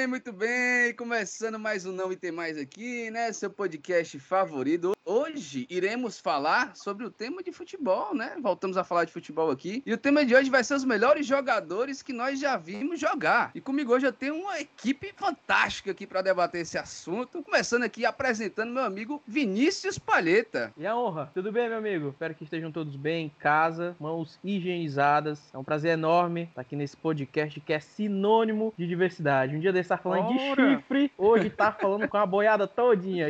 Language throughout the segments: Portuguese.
muito bem. Começando mais um Não e Tem Mais aqui, né? Seu podcast favorito. Hoje iremos falar sobre o tema de futebol, né? Voltamos a falar de futebol aqui. E o tema de hoje vai ser os melhores jogadores que nós já vimos jogar. E comigo hoje eu tenho uma equipe fantástica aqui para debater esse assunto. Começando aqui apresentando meu amigo Vinícius Palheta. E a honra, tudo bem, meu amigo? Espero que estejam todos bem em casa, mãos higienizadas. É um prazer enorme estar aqui nesse podcast que é sinônimo de diversidade. Um dia desse estar falando de chifre, hoje tá falando com a boiada todinha.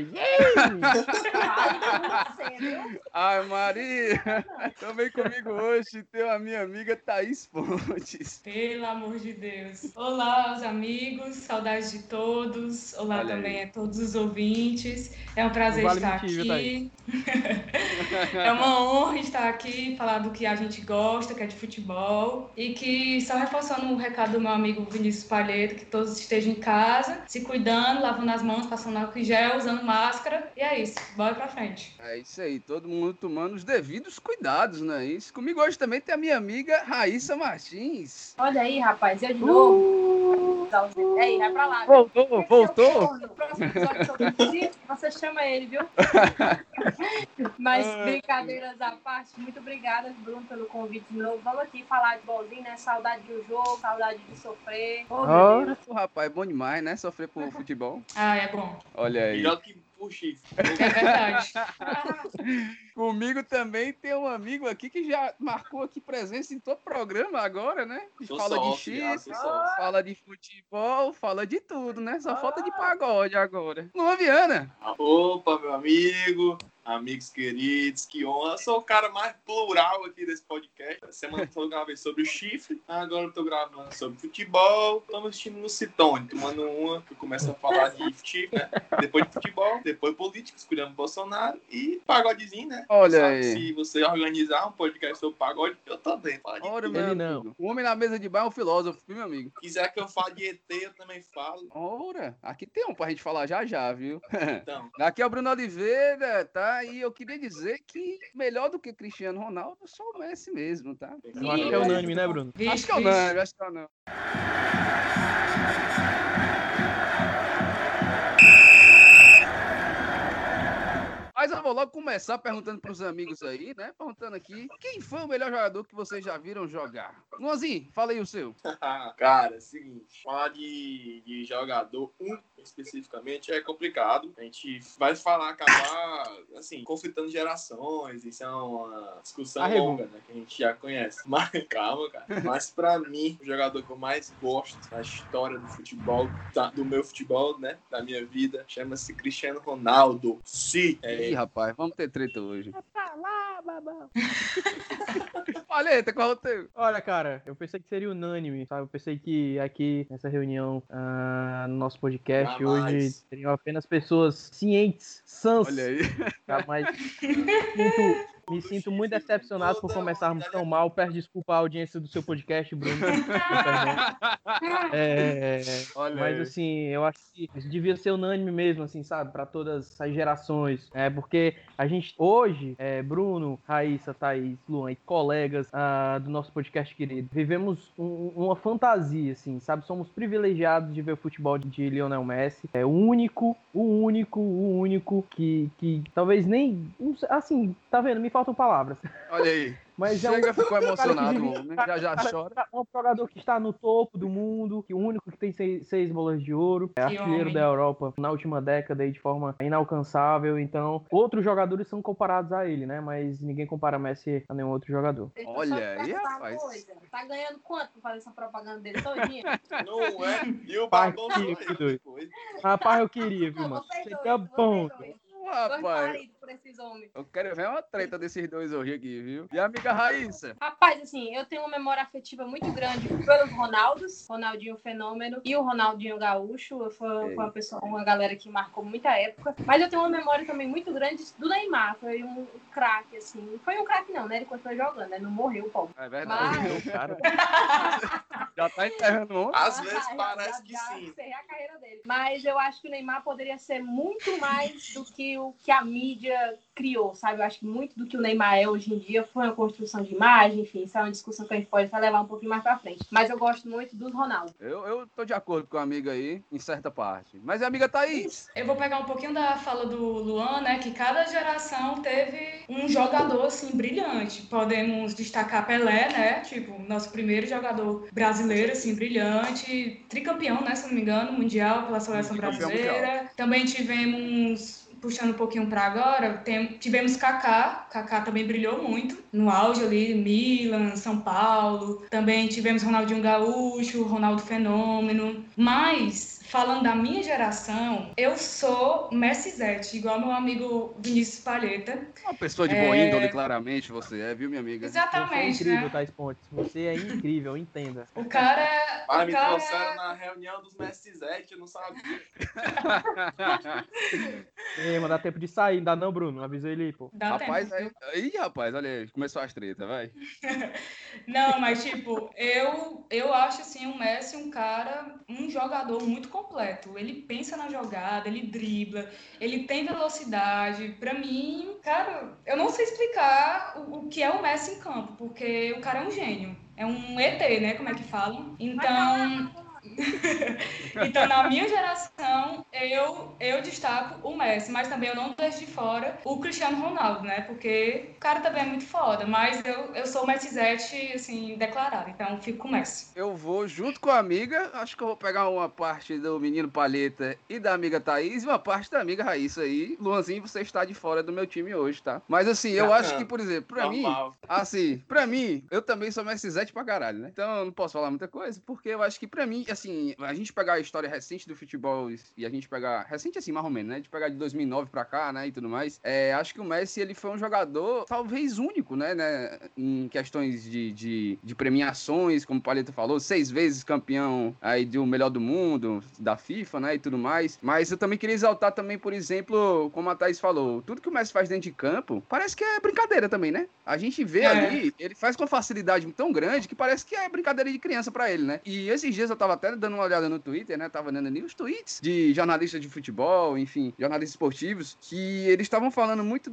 Ai, Maria! Também comigo hoje tem a minha amiga Thaís Fontes. Pelo amor de Deus. Olá, os amigos, saudades de todos. Olá. Olha também aí. A todos os ouvintes. É um prazer estar aqui. É uma honra estar aqui, falar do que a gente gosta, que é de futebol. E que, só reforçando o recado do meu amigo Vinícius Palheta, que todos estejam em casa, se cuidando, lavando as mãos, passando álcool em gel, usando máscara. E é isso, bora pra frente. É isso aí, todo mundo tomando os devidos cuidados, não é isso? Comigo hoje também tem a minha amiga Raíssa Martins. Olha aí, rapaz, eu de novo. Ei, vai pra lá. Voltou? No próximo episódio você chama ele, viu? Mas brincadeiras à parte, muito obrigada, Bruno, pelo convite de novo. Vamos aqui falar de bolzinho, né? Saudade do jogo, saudade de sofrer. O rapaz, é bom demais, né? Sofrer por futebol. Ah, é bom. Olha aí. Melhor que puxi. É verdade. Comigo também tem um amigo aqui que já marcou aqui presença em todo programa agora, né? Fala de chifre, fala de futebol, fala de tudo, né? Só falta de pagode agora. Luan Viana. Opa, meu amigo. Amigos queridos, que honra. Eu sou o cara mais plural aqui desse podcast. Semana eu gravei sobre o chifre, agora eu tô gravando sobre futebol. Estamos assistindo no Citone, tomando uma, que eu começo a falar de chifre, né? Depois de futebol, depois política, escolhendo Bolsonaro e pagodezinho, né? Olha sabe, aí. se você organizar um podcast sobre pagode, eu também. Ora, meu amigo. O homem na mesa de bar é um filósofo, meu amigo. Se quiser que eu fale de ET, eu também falo. Ora, aqui tem um pra gente falar já, viu? Então. Aqui é o Bruno Oliveira, tá? E eu queria dizer que melhor do que Cristiano Ronaldo, só o Messi mesmo, tá? Eu acho que é unânime, né, Bruno? Acho que é unânime, acho que é unânime. Mas eu vou logo começar perguntando para os amigos aí, né? Perguntando aqui, quem foi o melhor jogador que vocês já viram jogar? Luanzinho, fala aí o seu. Cara, é o seguinte, falar de jogador especificamente é complicado. A gente vai acabar, assim, conflitando gerações, isso é uma discussão longa, né, que a gente já conhece. Mas, calma, cara. Mas pra mim, o jogador que eu mais gosto na história do futebol, do meu futebol, né, da minha vida, chama-se Cristiano Ronaldo. Sim. Ih, rapaz, vamos ter treta hoje. Palheta, qual é o teu? Olha, cara, eu pensei que seria unânime, sabe? Eu pensei que aqui, nessa reunião, no nosso podcast, hoje teriam apenas pessoas cientes, sãs. Olha aí. Tá? Mas me sinto muito decepcionado por começarmos tão mal. Peço desculpa à audiência do seu podcast, Bruno. Mas, assim, eu acho que devia ser unânime mesmo, assim, sabe? Para todas as gerações. Porque a gente, hoje, Bruno, Raíssa, Thaís, Luan e colegas do nosso podcast querido, vivemos uma fantasia, assim, sabe? Somos privilegiados de ver o futebol de Lionel Messi. É o único que talvez nem... Assim, tá vendo? Me faltam palavras. Olha aí. Mas chega, ficou emocionado, né? Já chora. Um jogador que está no topo do mundo, que o único que tem seis bolas de ouro, é artilheiro da Europa na última década e de forma inalcançável. Então, outros jogadores são comparados a ele, né? Mas ninguém compara Messi a nenhum outro jogador. Olha aí, rapaz. Tá ganhando quanto pra fazer essa propaganda dele todinha? Não é? E o Barbão Rapaz, eu queria, viu, mano? Seria bom. Rapaz, eu quero ver uma treta desses dois hoje aqui, viu? E a amiga Raíssa? Rapaz, assim, eu tenho uma memória afetiva muito grande pelos Ronaldos, Ronaldinho Fenômeno e o Ronaldinho Gaúcho. Foi uma galera que marcou muita época. Mas eu tenho uma memória também muito grande do Neymar. Foi um craque, assim. Foi um craque não, né? Ele continuou jogando, né? Não morreu, pô. É verdade. Mas... Cara. Já tá enterrando um. Às vezes parece que sim. Encerrei a carreira dele. Mas eu acho que o Neymar poderia ser muito mais do que o que a mídia criou, sabe? Eu acho que muito do que o Neymar é hoje em dia foi uma construção de imagem, enfim, isso é uma discussão que a gente pode até levar um pouquinho mais pra frente. Mas eu gosto muito dos Ronaldo. Eu tô de acordo com a amiga aí, em certa parte. Mas a amiga Thaís? Eu vou pegar um pouquinho da fala do Luan, né? Que cada geração teve um jogador, assim, brilhante. Podemos destacar Pelé, né? Tipo, nosso primeiro jogador brasileiro, assim, brilhante. Tricampeão, né? Se não me engano, mundial pela seleção brasileira. Mundial. Também tivemos... Puxando um pouquinho para agora, tivemos Kaká. Kaká também brilhou muito no auge ali, Milan, São Paulo. Também tivemos Ronaldinho Gaúcho, Ronaldo Fenômeno. Mas, falando da minha geração, eu sou Messizete, igual meu amigo Vinícius Palheta. Uma pessoa de boa índole, claramente, você é, viu, minha amiga? Exatamente, você é incrível, né? Thais Pontes. Você é incrível, entenda. O cara... Mas me trouxeram na reunião dos Messizete, eu não sabia. Mas dá tempo de sair, não dá não, Bruno? Avisa ele aí, pô. Dá rapaz, tempo. Aí, rapaz, olha aí, começou as tretas, vai. Não, mas tipo, eu acho assim o Messi um jogador muito completo. Ele pensa na jogada, ele dribla, ele tem velocidade. Pra mim, cara, eu não sei explicar o que é o Messi em campo, porque o cara é um gênio. É um ET, né? Como é que falam? Então, na minha geração, eu destaco o Messi, mas também eu não deixo de fora o Cristiano Ronaldo, né? Porque o cara também é muito foda, mas eu sou o Messizete, assim, declarado, então fico com o Messi. Eu vou junto com a amiga, acho que eu vou pegar uma parte do menino Palheta e da amiga Thaís e uma parte da amiga Raíssa aí. Luanzinho, você está de fora do meu time hoje, tá? Mas assim, eu acho que, por exemplo, pra mim, eu também sou Messizete pra caralho, né? Então eu não posso falar muita coisa, porque eu acho que pra mim, assim, a gente pegar a história recente do futebol e a gente pegar, recente assim, mais ou menos, né? De pegar de 2009 pra cá, né, e tudo mais, acho que o Messi, ele foi um jogador talvez único, né, em questões de premiações, como o Palheta falou, 6 vezes campeão aí do melhor do mundo, da FIFA, né, e tudo mais. Mas eu também queria exaltar também, por exemplo, como a Thaís falou, tudo que o Messi faz dentro de campo, parece que é brincadeira também, né? A gente vê ali, ele faz com uma facilidade tão grande que parece que é brincadeira de criança pra ele, né? E esses dias eu tava até dando uma olhada no Twitter, né? Tava dando ali os tweets de jornalistas de futebol, enfim, jornalistas esportivos, que eles estavam falando muito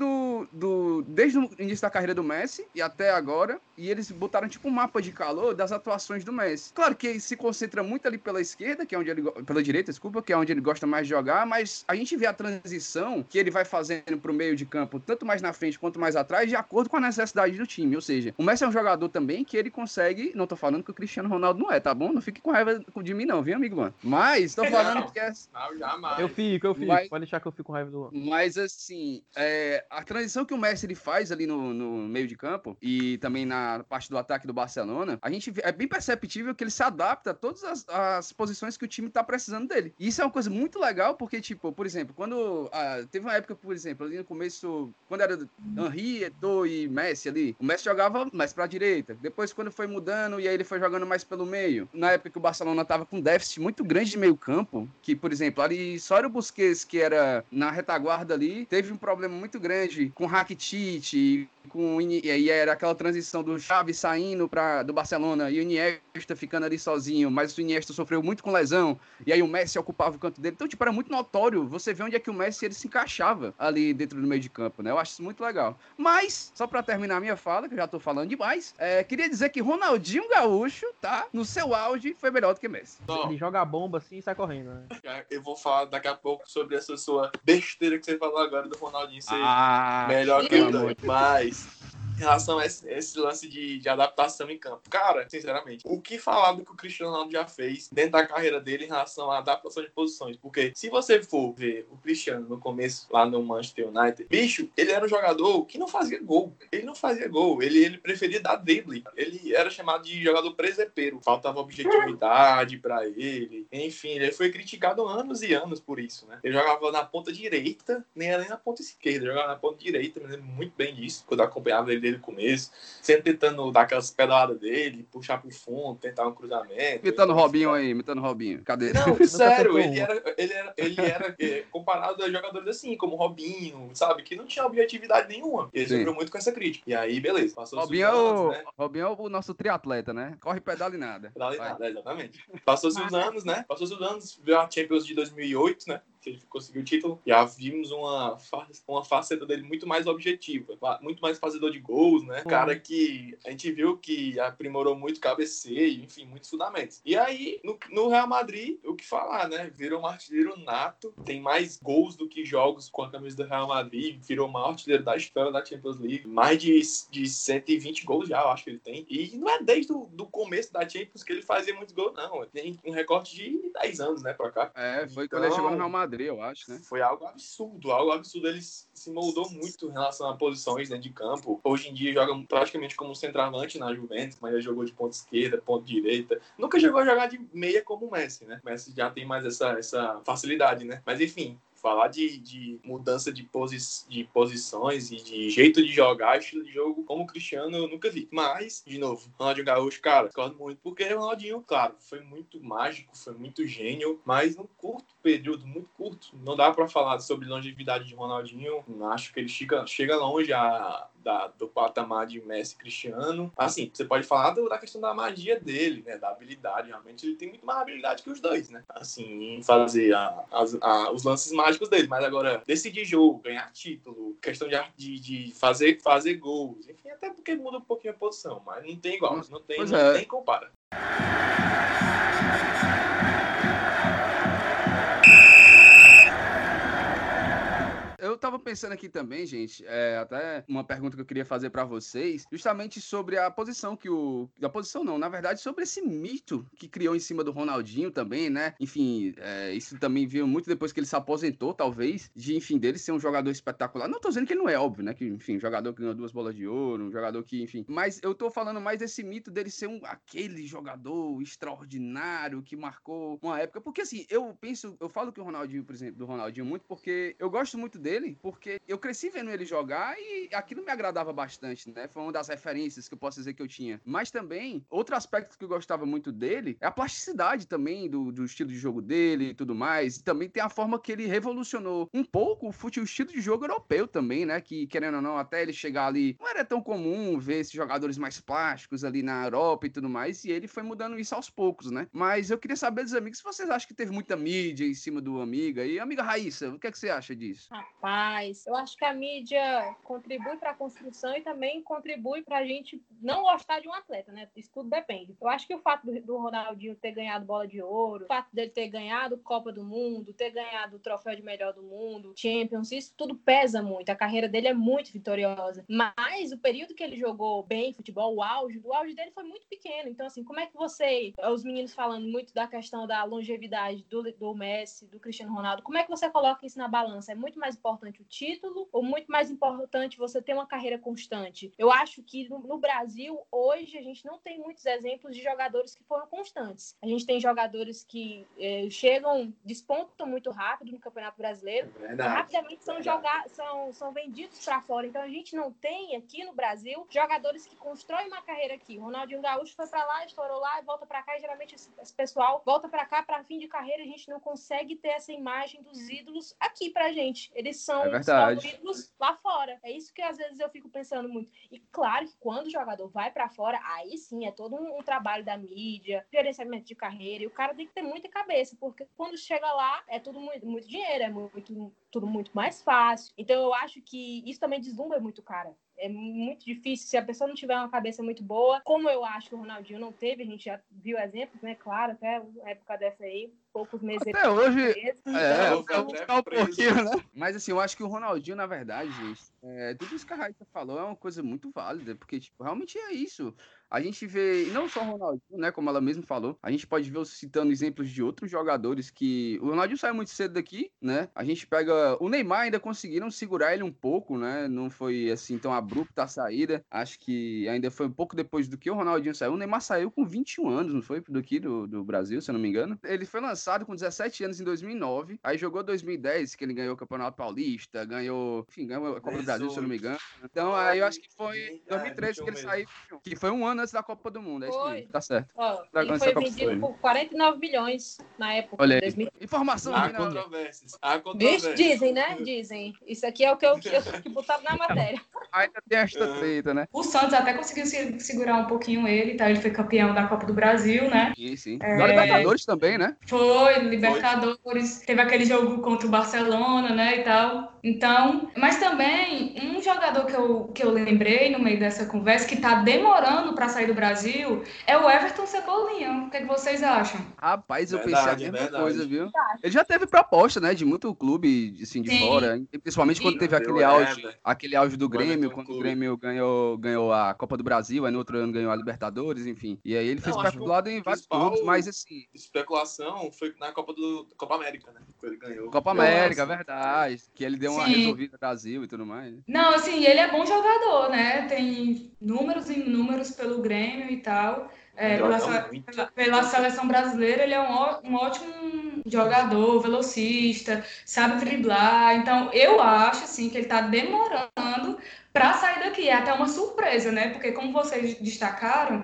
desde o início da carreira do Messi e até agora, e eles botaram tipo um mapa de calor das atuações do Messi. Claro que ele se concentra muito ali pela esquerda, que é onde pela direita, desculpa, que é onde ele gosta mais de jogar, mas a gente vê a transição que ele vai fazendo pro meio de campo, tanto mais na frente quanto mais atrás, de acordo com a necessidade do time. Ou seja, o Messi é um jogador também que ele consegue, não tô falando que o Cristiano Ronaldo não é, tá bom? Não fique com raiva de mim não, viu, amigo Luan? Mas tô falando que é... Não, jamais. Eu fico. Mas... Pode deixar que eu fico com raiva do Luan. Mas assim, a transição que o Messi ele faz ali no meio de campo e também na parte do ataque do Barcelona, a gente é bem perceptível que ele se adapta a todas as posições que o time tá precisando dele. E isso é uma coisa muito legal, porque, tipo, por exemplo, quando teve uma época, por exemplo, ali no começo, quando era Henry, Eto'o e Messi ali, o Messi jogava mais pra direita. Depois, quando foi mudando, e aí ele foi jogando mais pelo meio. Na época que o Barcelona tava com um déficit muito grande de meio campo, que, por exemplo, ali só era o Busquets, que era na retaguarda ali, teve um problema muito grande com o Rakitic, e aí era aquela transição do Xavi saindo do Barcelona e o Iniesta ficando ali sozinho, mas o Iniesta sofreu muito com lesão, e aí o Messi ocupava o canto dele. Então, tipo, era muito notório você ver onde é que o Messi ele se encaixava ali dentro do meio de campo, né? Eu acho isso muito legal. Mas, só pra terminar a minha fala, que eu já tô falando demais, queria dizer que Ronaldinho Gaúcho, tá? No seu auge, foi melhor do que Messi. Ele joga a bomba assim e sai correndo, né? Eu vou falar daqui a pouco sobre essa sua besteira que você falou agora do Ronaldinho ser melhor que ele, mas... Em relação a esse lance de adaptação em campo. Cara, sinceramente, o que falar do que o Cristiano Ronaldo já fez dentro da carreira dele em relação à adaptação de posições? Porque se você for ver o Cristiano no começo, lá no Manchester United, bicho, ele era um jogador que não fazia gol. Ele não fazia gol. Ele preferia dar drible. Ele era chamado de jogador presepeiro. Faltava objetividade pra ele. Enfim, ele foi criticado anos e anos por isso, né? Ele jogava na ponta direita, nem era nem na ponta esquerda. Ele jogava na ponta direita, me lembro muito bem disso, quando eu acompanhava ele desde o começo, sempre tentando dar aquelas pedaladas dele, puxar pro fundo, tentar um cruzamento. Imitando o Robinho aí, imitando o Robinho. Cadê? Não, sério, ele era comparado a jogadores assim, como o Robinho, sabe? Que não tinha objetividade nenhuma. Ele sofreu muito com essa crítica. E aí, beleza. Robinho é o nosso triatleta, né? Corre, pedala e nada. Pedala e nada, exatamente. Passou-se os anos, né? Veio a Champions de 2008, né? que ele conseguiu o título, já vimos uma faceta dele muito mais objetiva, muito mais fazedor de gols, né? Cara que a gente viu que aprimorou muito cabeceio, enfim, muitos fundamentos. E aí, no Real Madrid, o que falar, né? Virou um artilheiro nato, tem mais gols do que jogos com a camisa do Real Madrid, virou o maior artilheiro da história da Champions League, mais de 120 gols já, eu acho que ele tem. E não é desde o começo da Champions que ele fazia muitos gols, não. Tem um recorte de 10 anos, né, pra cá. Foi então, quando ele chegou no Real Madrid, eu acho, né? Foi algo absurdo. Ele se moldou muito em relação a posições dentro de campo. Hoje em dia joga praticamente como centroavante na Juventus, mas ele jogou de ponta esquerda, ponta direita. Nunca chegou a jogar de meia como o Messi, né? O Messi já tem mais essa facilidade, né? Mas enfim, falar de mudança de posições e de jeito de jogar, estilo de jogo, como o Cristiano, eu nunca vi. Mas, de novo, Ronaldinho Gaúcho, cara, discordo muito, porque o Ronaldinho, claro, foi muito mágico, foi muito gênio, mas num curto período, muito curto, não dá pra falar sobre longevidade de Ronaldinho. Acho que ele chega longe do patamar de Messi e Cristiano. Assim, você pode falar da questão da magia dele, né, da habilidade, realmente ele tem muito mais habilidade que os dois, né, assim, em fazer os lances mágicos dele, mas agora, decidir jogo, ganhar título, questão de fazer gols, enfim, até porque muda um pouquinho a posição, mas não tem igual, não tem compara. Eu tava pensando aqui também, gente, até uma pergunta que eu queria fazer pra vocês, justamente sobre a posição a posição não, na verdade, sobre esse mito que criou em cima do Ronaldinho também, né? Enfim, isso também veio muito depois que ele se aposentou, talvez, dele ser um jogador espetacular. Não tô dizendo que ele não é, óbvio, né? Que, enfim, um jogador que ganhou 2 bolas de ouro, um jogador que, enfim... Mas eu tô falando mais desse mito dele ser aquele jogador extraordinário que marcou uma época. Porque, assim, eu falo que o Ronaldinho, por exemplo, do Ronaldinho muito, porque eu gosto muito dele, porque eu cresci vendo ele jogar e aquilo me agradava bastante, né? Foi uma das referências que eu posso dizer que eu tinha. Mas também, outro aspecto que eu gostava muito dele é a plasticidade também do estilo de jogo dele e tudo mais. E também tem a forma que ele revolucionou um pouco o estilo de jogo europeu também, né? Que, querendo ou não, até ele chegar ali, não era tão comum ver esses jogadores mais plásticos ali na Europa e tudo mais, e ele foi mudando isso aos poucos, né? Mas eu queria saber dos amigos se vocês acham que teve muita mídia em cima do Amiga. E, amiga Raíssa, o que é que você acha disso? Rapaz, eu acho que a mídia contribui para a construção e também contribui para a gente não gostar de um atleta, né? Isso tudo depende. Eu acho que o fato do Ronaldinho ter ganhado bola de ouro, o fato dele ter ganhado Copa do Mundo, ter ganhado o troféu de melhor do mundo, Champions, isso tudo pesa muito. A carreira dele é muito vitoriosa. Mas o período que ele jogou bem futebol, o auge dele foi muito pequeno. Então, assim, como é que os meninos falando muito da questão da longevidade do Messi, do Cristiano Ronaldo, como é que você coloca isso na balança? É muito mais importante o título ou muito mais importante você ter uma carreira constante? Eu acho que no Brasil, hoje, a gente não tem muitos exemplos de jogadores que foram constantes. A gente tem jogadores que despontam muito rápido no Campeonato Brasileiro, rapidamente são vendidos para fora. Então, a gente não tem aqui no Brasil jogadores que constroem uma carreira aqui. O Ronaldinho Gaúcho foi para lá, estourou lá e volta para cá, e geralmente esse pessoal volta para cá para fim de carreira. A gente não consegue ter essa imagem dos ídolos aqui pra gente. Eles são os ídolos lá fora. É isso que às vezes eu fico pensando muito. E claro que quando o jogador vai pra fora, aí sim é todo um trabalho da mídia, gerenciamento de carreira, e o cara tem que ter muita cabeça, porque quando chega lá é tudo muito dinheiro, tudo muito mais fácil. Então eu acho que isso também deslumbra muito o cara. É muito difícil, se a pessoa não tiver uma cabeça muito boa, como eu acho que o Ronaldinho não teve, a gente já viu exemplos, né? Claro, até a época dessa aí, poucos meses... Até hoje, um pouquinho, né? Mas assim, eu acho que o Ronaldinho, na verdade, gente, tudo isso que a Raíssa falou é uma coisa muito válida, porque, tipo, realmente é isso. A gente vê, e não só o Ronaldinho, né, como ela mesma falou, a gente pode ver citando exemplos de outros jogadores que... O Ronaldinho saiu muito cedo daqui, né? A gente pega... O Neymar ainda conseguiram segurar ele um pouco, né? Não foi, assim, tão abrupta a saída. Acho que ainda foi um pouco depois do que o Ronaldinho saiu. O Neymar saiu com 21 anos, não foi? Daqui do Brasil, se eu não me engano. Ele foi lançado com 17 anos em 2009, aí jogou 2010, que ele ganhou o Campeonato Paulista, ganhou a Copa do Brasil, se eu não me engano. Então, aí eu acho que foi 2013 que ele saiu, que foi um ano antes da Copa do Mundo, é isso mesmo, tá certo. Ele foi vendido por 49 milhões na época. Olha aí, 2000. Informação. Há controvérsias. Dizem, né? Dizem. Isso aqui é o que botaram na matéria. Ainda tem esta treta, né? O Santos até conseguiu segurar um pouquinho ele, tá? Ele foi campeão da Copa do Brasil, né? Sim. Da Libertadores também, né? Foi, Libertadores. Teve aquele jogo contra o Barcelona, né, e tal. Então, mas também, um jogador que eu lembrei no meio dessa conversa, que tá demorando pra sair do Brasil, é o Everton Cebolinha. O que é que vocês acham? Rapaz, eu pensei a mesma coisa, viu? Ele já teve proposta, né, de muito clube, assim, de fora. Principalmente quando teve aquele auge do Grêmio, quando o Grêmio ganhou a Copa do Brasil, aí no outro ano ganhou a Libertadores, enfim. E aí ele fez especulado em vários clubes, mas assim... Especulação foi na Copa América, né? Ele ganhou. Copa América, verdade. Que ele deu uma resolvida no Brasil e tudo mais. Né? Não, assim, ele é bom jogador, né? Tem números e números pelo Grêmio e tal. Pela seleção brasileira, ele é um ótimo jogador, velocista, sabe driblar. Então, eu acho, assim, que ele tá demorando para sair daqui. É até uma surpresa, né? Porque, como vocês destacaram,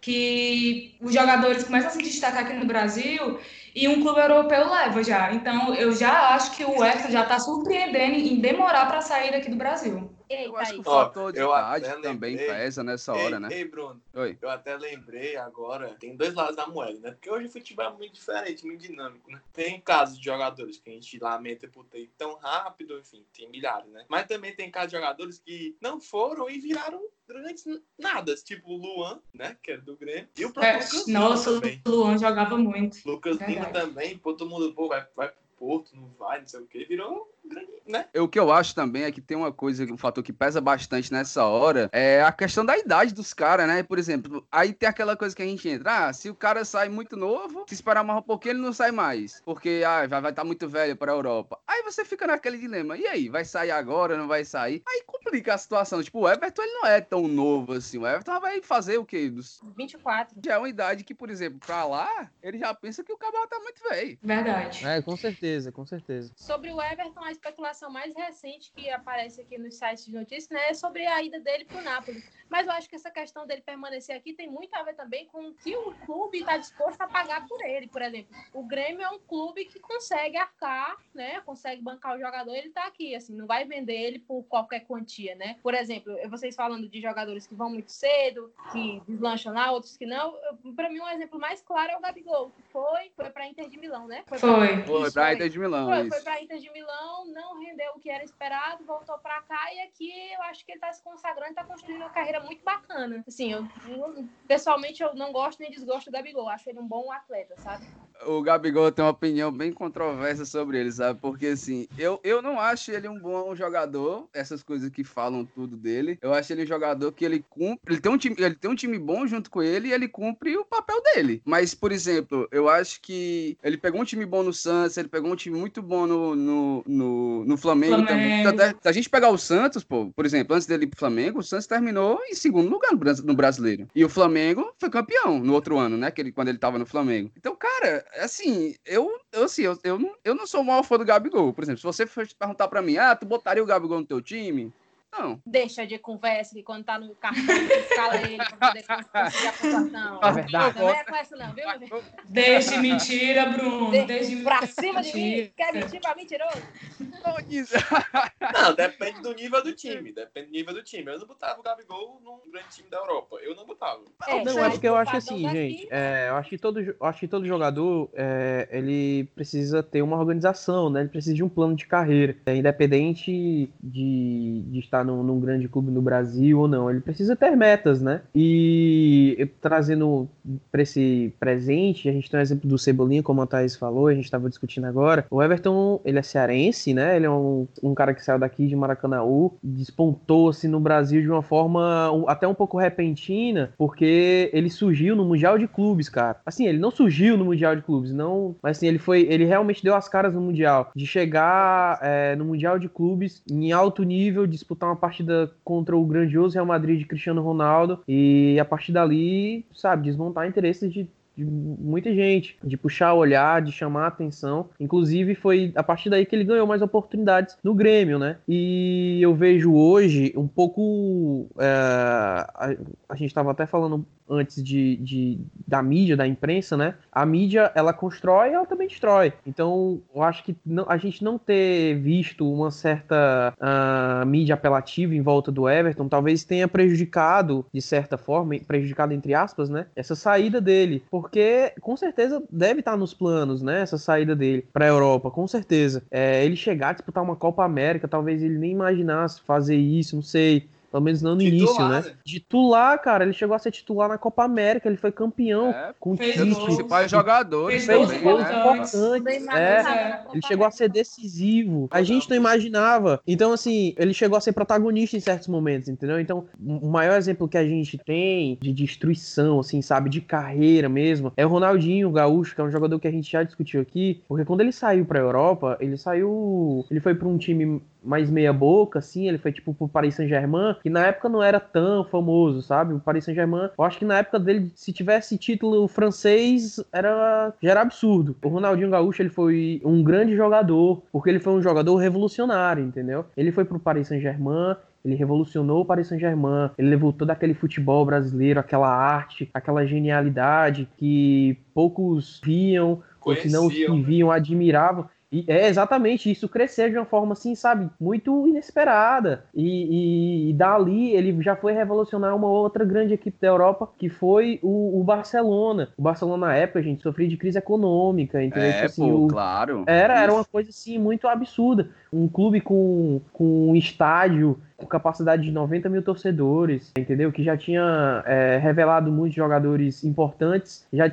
que os jogadores começam a se destacar aqui no Brasil e um clube europeu leva já. Então, eu já acho que o Everton já está surpreendendo em demorar para sair daqui do Brasil. Eu acho que o fator de idade também pesa nessa hora, né? Ei, Bruno, Oi. Eu até lembrei agora, tem dois lados da moeda, né? Porque hoje o futebol é muito diferente, muito dinâmico, né? Tem casos de jogadores que a gente lamenta por ter tão rápido, enfim, tem milhares, né? Mas também tem casos de jogadores que não foram e viraram grandes nada, tipo o Luan, né? Que era do Grêmio. E o próprio Lucas Nossa, Lima também. O Luan jogava muito. Lucas Lima também, pô, todo mundo, vai pro Porto, não vai, não sei o quê, virou grande, né? O que eu acho também é que tem uma coisa, um fator que pesa bastante nessa hora, é a questão da idade dos caras, né? Por exemplo, aí tem aquela coisa que a gente entra, se o cara sai muito novo, se esperar mais um pouquinho, ele não sai mais, porque vai estar muito velho para a Europa. Aí você fica naquele dilema, e aí, vai sair agora, não vai sair? Aí complica a situação, tipo, o Everton, ele não é tão novo assim, o Everton vai fazer o quê? 24. Já é uma idade que, por exemplo, pra lá, ele já pensa que o cabelo tá muito velho. Verdade. Com certeza. Sobre o Everton, a especulação mais recente que aparece aqui nos sites de notícias, né, é sobre a ida dele pro Napoli. Mas eu acho que essa questão dele permanecer aqui tem muito a ver também com o que o clube está disposto a pagar por ele. Por exemplo, o Grêmio é um clube que consegue arcar, né, consegue bancar o jogador, ele tá aqui, assim, não vai vender ele por qualquer quantia, né? Por exemplo, vocês falando de jogadores que vão muito cedo, que deslancham lá, outros que não. Para mim, um exemplo mais claro é o Gabigol, que foi para Inter de Milão, né? Foi para Inter de Milão. Foi para Inter de Milão, não rendeu o que era esperado, voltou para cá e aqui eu acho que ele está se consagrando, está construindo uma carreira muito bacana. Assim, pessoalmente eu não gosto nem desgosto do Gabigol, acho ele um bom atleta, sabe? O Gabigol tem uma opinião bem controversa sobre ele, sabe? Porque, assim, eu não acho ele um bom jogador, essas coisas que falam tudo dele. Eu acho ele um jogador que ele cumpre, ele tem um time bom junto com ele e ele cumpre o papel dele. Mas, por exemplo, eu acho que ele pegou um time bom no Santos, ele pegou um time muito bom no Flamengo também. Se a gente pegar o Santos, por exemplo, antes dele ir pro Flamengo, o Santos terminou em segundo lugar no Brasileiro. E o Flamengo foi campeão no outro ano, né? Quando ele tava no Flamengo. Então, cara, assim, eu não sou o maior fã do Gabigol. Por exemplo, se você for perguntar pra mim, tu botaria o Gabigol no teu time? Não. Deixa de conversa que quando tá no cartão, escala ele pra poder conseguir a pontuação. É verdade. Não é com essa não, viu? Desde mentira, Bruno. Desde pra cima de mim. Quer mentir pra mentiroso? Não, depende do nível do time. Eu não botava o Gabigol num grande time da Europa. Eu não botava. Não, é porque eu acho assim, gente. Eu acho que todo jogador ele precisa ter uma organização, né? Ele precisa de um plano de carreira. Independente de estar num grande clube no Brasil ou não. Ele precisa ter metas, né? E trazendo para esse presente, a gente tem um exemplo do Cebolinha, como a Thaís falou, a gente estava discutindo agora. O Everton, ele é cearense, né? Ele é um cara que saiu daqui de Maracanaú, despontou assim no Brasil de uma forma até um pouco repentina, porque ele surgiu no Mundial de Clubes, cara. Assim, ele não surgiu no Mundial de Clubes, não, mas assim, ele realmente deu as caras no Mundial, de chegar no Mundial de Clubes em alto nível, disputar uma partida contra o grandioso Real Madrid de Cristiano Ronaldo e a partir dali, sabe, desmontar interesses de muita gente, de puxar o olhar, de chamar a atenção. Inclusive foi a partir daí que ele ganhou mais oportunidades no Grêmio, né? E eu vejo hoje um pouco a gente estava até falando antes da mídia, da imprensa, né? A mídia, ela constrói e ela também destrói. Então, eu acho que a gente não ter visto uma certa mídia apelativa em volta do Everton, talvez tenha prejudicado, de certa forma, prejudicado entre aspas, né? Essa saída dele. Porque, com certeza, deve estar nos planos, né? Essa saída dele para a Europa, com certeza. Ele chegar a disputar uma Copa América, talvez ele nem imaginasse fazer isso, não sei. Pelo menos não no início, né? Titular, cara, ele chegou a ser titular na Copa América, ele foi campeão com o Tite. Os principais jogadores fez também, gols né? importantes. Ele chegou a ser decisivo. A gente não imaginava. Então, assim, ele chegou a ser protagonista em certos momentos, entendeu? Então, o maior exemplo que a gente tem de destruição, assim, sabe, de carreira mesmo, é o Ronaldinho Gaúcho, que é um jogador que a gente já discutiu aqui, porque quando ele saiu pra Europa, ele foi pra um time mais meia boca, assim, ele foi tipo pro Paris Saint-Germain, que na época não era tão famoso, sabe? O Paris Saint-Germain, eu acho que na época dele, se tivesse título francês, já era absurdo. O Ronaldinho Gaúcho, ele foi um grande jogador, porque ele foi um jogador revolucionário, entendeu? Ele foi pro Paris Saint-Germain, ele revolucionou o Paris Saint-Germain, ele levou todo aquele futebol brasileiro, aquela arte, aquela genialidade que poucos viam, ou se não os que viam, admiravam. E exatamente, isso crescer de uma forma assim, sabe, muito inesperada. E dali ele já foi revolucionar uma outra grande equipe da Europa, que foi o Barcelona. O Barcelona, na época, gente, sofria de crise econômica, entendeu? Tipo assim, claro. Era uma coisa assim muito absurda. Um clube com um estádio com capacidade de 90 mil torcedores, entendeu? Que já tinha revelado muitos jogadores importantes, já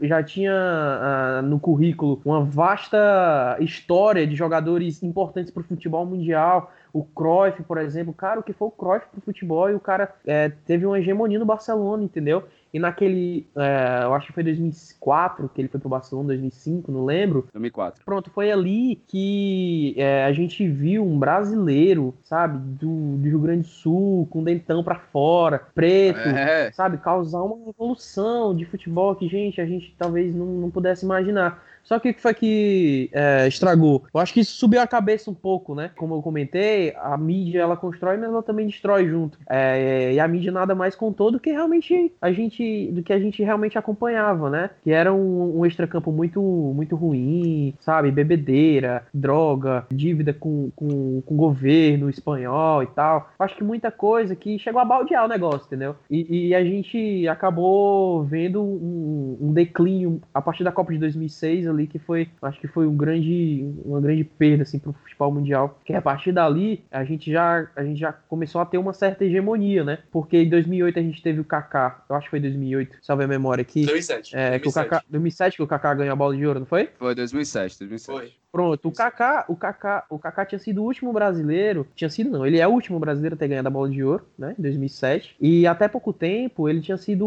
tinha no currículo uma vasta história de jogadores importantes para o futebol mundial. O Cruyff, por exemplo, cara, o que foi o Cruyff pro futebol, e o cara teve uma hegemonia no Barcelona, entendeu? E naquele, eu acho que foi 2004 que ele foi pro Barcelona, 2005, não lembro. 2004. Pronto, foi ali que a gente viu um brasileiro, sabe, do Rio Grande do Sul, com dentão pra fora, preto, sabe, causar uma revolução de futebol que, gente, a gente talvez não pudesse imaginar. Só que o que foi que estragou? Eu acho que isso subiu a cabeça um pouco, né? Como eu comentei, a mídia, ela constrói, mas ela também destrói junto. E a mídia nada mais contou do que a gente realmente acompanhava, né? Que era um extracampo muito, muito ruim, sabe? Bebedeira, droga, dívida com o governo espanhol e tal. Acho que muita coisa que chegou a baldear o negócio, entendeu? E a gente acabou vendo um declínio a partir da Copa de 2006 ali, que acho que foi uma grande perda assim pro futebol mundial, que a partir dali a gente já começou a ter uma certa hegemonia, né? Porque em 2008 a gente teve o Kaká, eu acho que foi 2008, salve a memória aqui. 2007. 2007 que o Kaká ganhou a bola de ouro, não foi? Foi 2007. Foi. Pronto, o Kaká tinha sido o último brasileiro, ele é o último brasileiro a ter ganhado a bola de ouro, né, em 2007, e até pouco tempo ele tinha sido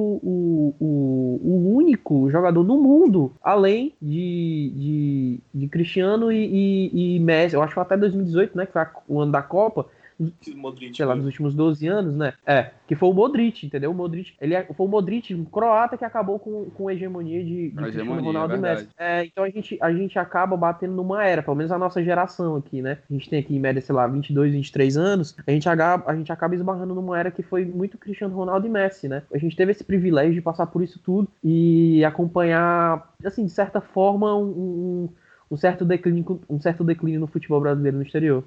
o único jogador no mundo, além de Cristiano e Messi, eu acho que até 2018, né, que foi o ano da Copa, Modric, sei lá, nos últimos 12 anos, né? Que foi o Modric, entendeu? O Modric, foi o Modric, um croata, que acabou com a hegemonia de Cristiano Ronaldo e Messi. Então a gente acaba batendo numa era, pelo menos a nossa geração aqui, né? A gente tem aqui em média, sei lá, 22, 23 anos, a gente acaba esbarrando numa era que foi muito Cristiano Ronaldo e Messi, né? A gente teve esse privilégio de passar por isso tudo e acompanhar, assim, de certa forma, um certo declínio no futebol brasileiro no exterior.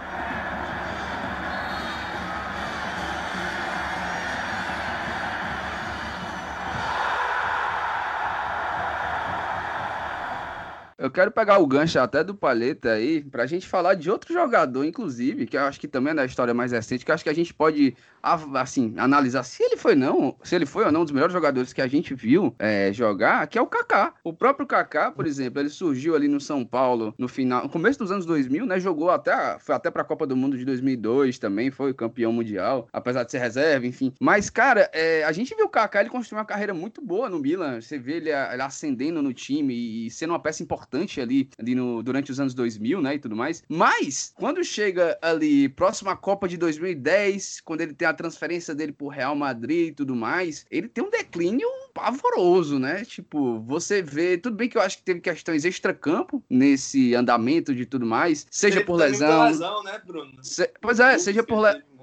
Eu quero pegar o gancho até do Palheta aí, pra gente falar de outro jogador, inclusive, que eu acho que também é da história mais recente, que eu acho que a gente pode, assim, analisar se ele foi ou não um dos melhores jogadores que a gente viu jogar, que é o Kaká. O próprio Kaká, por exemplo, ele surgiu ali no São Paulo no começo dos anos 2000, né, foi até pra Copa do Mundo de 2002 também, foi campeão mundial, apesar de ser reserva, enfim. Mas, cara, a gente viu o Kaká, ele construiu uma carreira muito boa no Milan, você vê ele ascendendo no time e sendo uma peça importante ali durante os anos 2000, né, e tudo mais. Mas, quando chega ali, próximo à Copa de 2010, quando ele tem a transferência dele pro Real Madrid e tudo mais, ele tem um declínio pavoroso, né? Tipo, você vê, tudo bem que eu acho que teve questões extracampo nesse andamento de tudo mais, seja por lesão, né, Bruno? seja por lesão.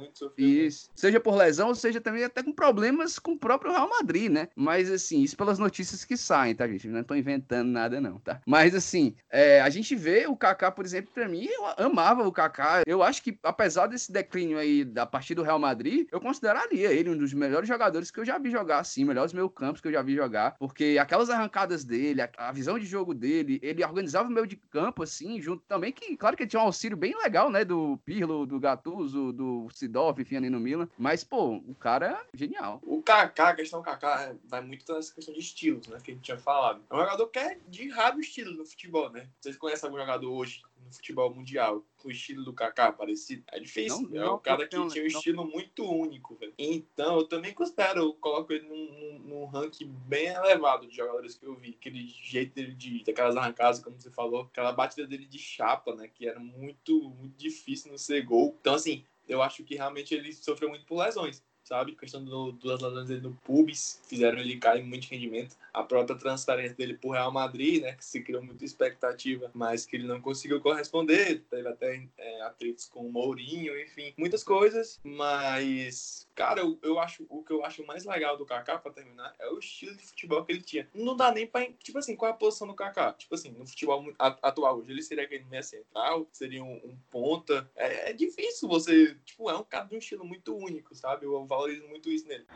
muito, sofreu isso. Muito. Seja por lesão, ou seja também até com problemas com o próprio Real Madrid, né? Mas assim, isso pelas notícias que saem, tá, gente? Não tô inventando nada não, tá? Mas assim, a gente vê o Kaká, por exemplo, pra mim, eu amava o Kaká. Eu acho que, apesar desse declínio aí da partir do Real Madrid, eu consideraria ele um dos melhores jogadores que eu já vi jogar, assim, melhores meio-campos que eu já vi jogar, porque aquelas arrancadas dele, a visão de jogo dele, ele organizava o meio de campo, assim, junto também, que, claro que ele tinha um auxílio bem legal, né, do Pirlo, do Gattuso, do Seedorf, enfim, ali no Milan, mas, pô, o cara é genial. O Kaká, a questão do Kaká vai muito nessa questão de estilos, né, que a gente tinha falado. É um jogador que é de raro estilo no futebol, né? Vocês conhecem algum jogador hoje no futebol mundial com o estilo do Kaká parecido? É difícil. É um cara que tinha um estilo muito único, velho. Então, eu também eu coloco ele num ranking bem elevado de jogadores que eu vi. Aquele jeito dele daquelas arrancadas, como você falou, aquela batida dele de chapa, né, que era muito, muito difícil no ser gol. Então, assim, eu acho que realmente ele sofreu muito por lesões, sabe? A questão das lesões dele no pubis fizeram ele cair muito de rendimento. A própria transferência dele pro Real Madrid, né, que se criou muita expectativa, mas que ele não conseguiu corresponder. Teve até atritos com o Mourinho, enfim, muitas coisas. Mas, cara, o que eu acho mais legal do Kaká, pra terminar, é o estilo de futebol que ele tinha. Não dá nem pra... Tipo assim, qual é a posição do Kaká? Tipo assim, no futebol atual hoje, ele seria aquele meia central? Seria um ponta? É difícil você... Tipo, é um cara de um estilo muito único, sabe? Eu valorizo muito isso nele.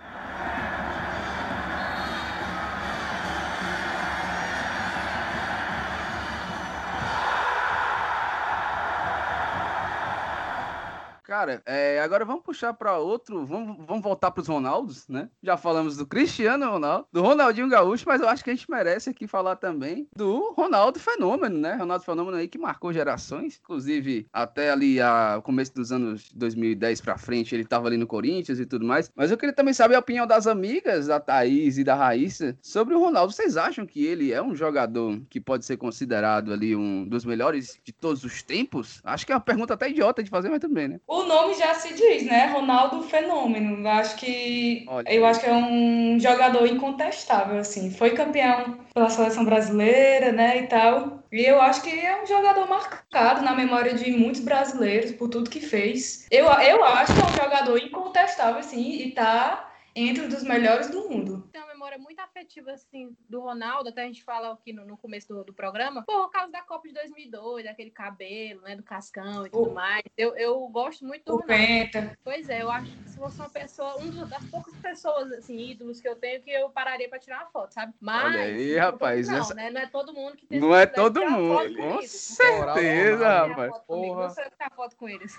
Cara, agora vamos puxar para outro, vamos voltar para os Ronaldos, né? Já falamos do Cristiano Ronaldo, do Ronaldinho Gaúcho, mas eu acho que a gente merece aqui falar também do Ronaldo Fenômeno, né? Ronaldo Fenômeno aí que marcou gerações, inclusive até ali o começo dos anos 2010 para frente, ele tava ali no Corinthians e tudo mais. Mas eu queria também saber a opinião das amigas, da Thaís e da Raíssa, sobre o Ronaldo. Vocês acham que ele é um jogador que pode ser considerado ali um dos melhores de todos os tempos? Acho que é uma pergunta até idiota de fazer, mas também, né? O nome já se diz, né? Ronaldo Fenômeno. Eu acho que é um jogador incontestável, assim. Foi campeão pela seleção brasileira, né, e tal. E eu acho que é um jogador marcado na memória de muitos brasileiros por tudo que fez. Eu acho que é um jogador incontestável, assim, e tá entre os dos melhores do mundo. Tem uma memória muito afetiva, assim, do Ronaldo, até a gente fala aqui no começo do programa, por causa da Copa de 2002, daquele cabelo, né, do cascão e tudo mais. Eu gosto muito do Ronaldo. Penta. Pois é, eu acho que se fosse uma pessoa, das poucas pessoas, assim, ídolos que eu tenho, que eu pararia pra tirar uma foto, sabe? Mas, olha aí, rapaz. né? Não é todo mundo que tem. Não é todo mundo, com certeza, rapaz. Não sei tirar foto com eles.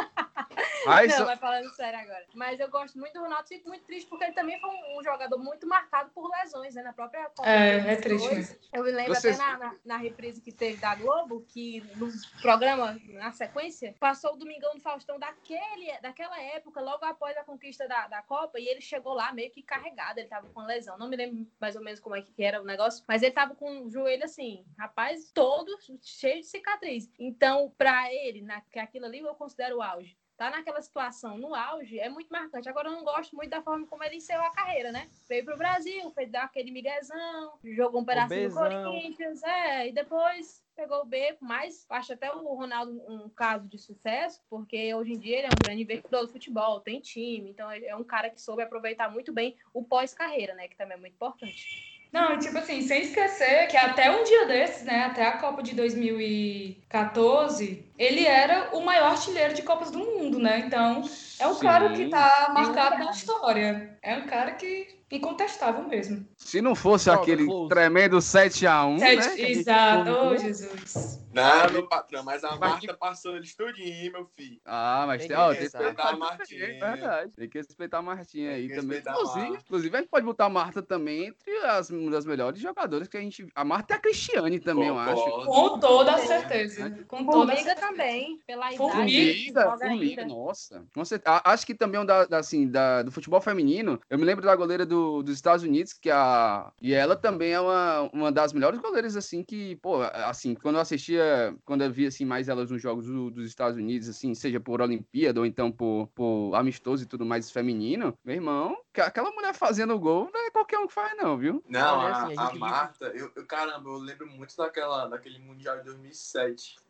Não, mas falando sério agora. Mas eu gosto muito do Ronaldo, fico muito triste, porque ele também foi um jogador muito marcado por lesões, né? Na própria Copa. É triste mesmo. Eu me lembro até na reprise que teve da Globo, que no programa, na sequência, passou o Domingão do Faustão daquela época, logo após a conquista da Copa, e ele chegou lá meio que carregado, ele tava com lesão. Não me lembro mais ou menos como é que era o negócio, mas ele tava com o joelho assim, rapaz, todo cheio de cicatriz. Então, pra ele, que aquilo ali eu considero o auge. Tá naquela situação no auge, é muito marcante. Agora eu não gosto muito da forma como ele encerrou a carreira, né? Veio pro Brasil, fez dar aquele miguezão, jogou um pedacinho do Corinthians, e depois pegou o beco, mas acho até o Ronaldo um caso de sucesso, porque hoje em dia ele é um grande investidor do futebol, tem time, então é um cara que soube aproveitar muito bem o pós-carreira, né? Que também é muito importante. Não, tipo assim, sem esquecer que até um dia desses, né, até a Copa de 2014, ele era o maior artilheiro de Copas do Mundo, né? Então, é um cara que tá marcado na história. É um cara que incontestável mesmo. Se não fosse aquele tremendo 7-1, né? Exato, Jesus. Não, meu patrão, mas a Marta passou eles tudinho, meu filho. Mas tem que respeitar a Martinha. É verdade. Tem que respeitar a Martinha aí também. Inclusive, a gente pode botar a Marta também entre uma das melhores jogadoras que a gente... A Marta é a Cristiane também, eu acho. Com toda a certeza. Com toda a certeza. Também, pela Formiga, nossa. Acho que também do futebol feminino, eu me lembro da goleira dos Estados Unidos, e ela também é uma das melhores goleiras, assim, que, pô, assim, quando eu via, assim, mais elas nos jogos dos Estados Unidos, assim, seja por Olimpíada ou então por amistoso e tudo mais feminino, meu irmão, aquela mulher fazendo gol não é qualquer um que faz, não, viu? Não, a Marta, caramba, eu lembro muito daquele Mundial de 2007,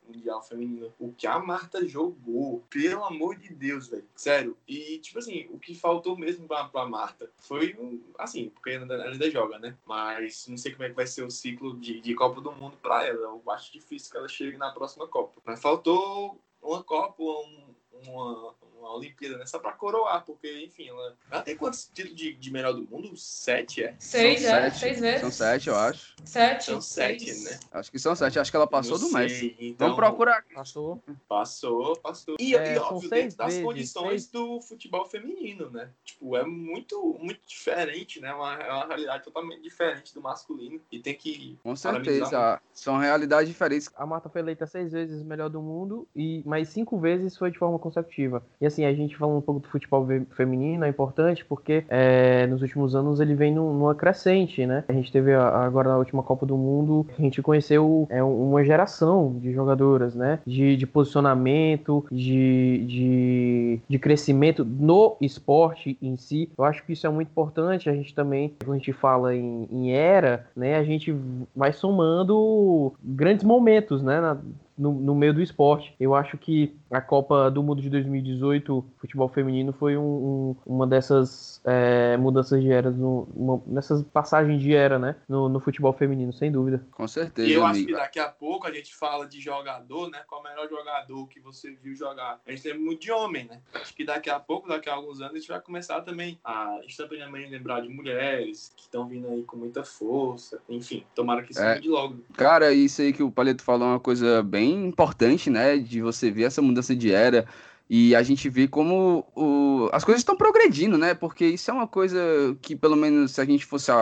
Mundial Feminino. O que a Marta jogou, pelo amor de Deus, velho. Sério. E, tipo assim, o que faltou mesmo pra Marta foi, assim, porque ela ainda joga, né? Mas não sei como é que vai ser o ciclo de Copa do Mundo pra ela. Eu acho difícil que ela chegue na próxima Copa. Mas faltou uma Copa, uma Olimpíada, né? Só pra coroar, porque, enfim, ela tem quantos títulos de melhor do mundo? 7, é? 6, são 7. 6 vezes. São 7, eu acho. 7. São 7, né? Acho que são 7. Acho que ela passou do Messi. Então, Vamos procurar. Passou. E óbvio, dentro das condições do futebol feminino, né? Tipo, é muito, muito diferente, né? É uma realidade totalmente diferente do masculino. E tem que... Com certeza. São realidades diferentes. A Marta foi eleita 6 vezes melhor do mundo, mas 5 vezes foi de forma consecutiva. E assim, a gente falando um pouco do futebol feminino é importante porque nos últimos anos ele vem numa crescente, né? A gente teve agora na última Copa do Mundo, a gente conheceu uma geração de jogadoras, né? De posicionamento, de crescimento no esporte em si. Eu acho que isso é muito importante. A gente também, quando a gente fala em era, né? A gente vai somando grandes momentos, né? No meio do esporte. Eu acho que a Copa do Mundo de 2018, futebol feminino, foi uma dessas mudanças de era, nessas passagens de era, né? No futebol feminino, sem dúvida. Com certeza, E eu amigo. acho que daqui a pouco a gente fala de jogador, né? Qual o melhor jogador que você viu jogar? A gente lembra muito de homem, né? Acho que daqui a pouco, daqui a alguns anos, a gente vai começar também a instantaneamente lembrar de mulheres que estão vindo aí com muita força. Enfim, tomara que isso mude logo. Cara, isso aí que o Palito falou é uma coisa bem importante, né? De você ver essa mudança de era. E a gente vê como as coisas estão progredindo, né? Porque isso é uma coisa que, pelo menos, se a gente fosse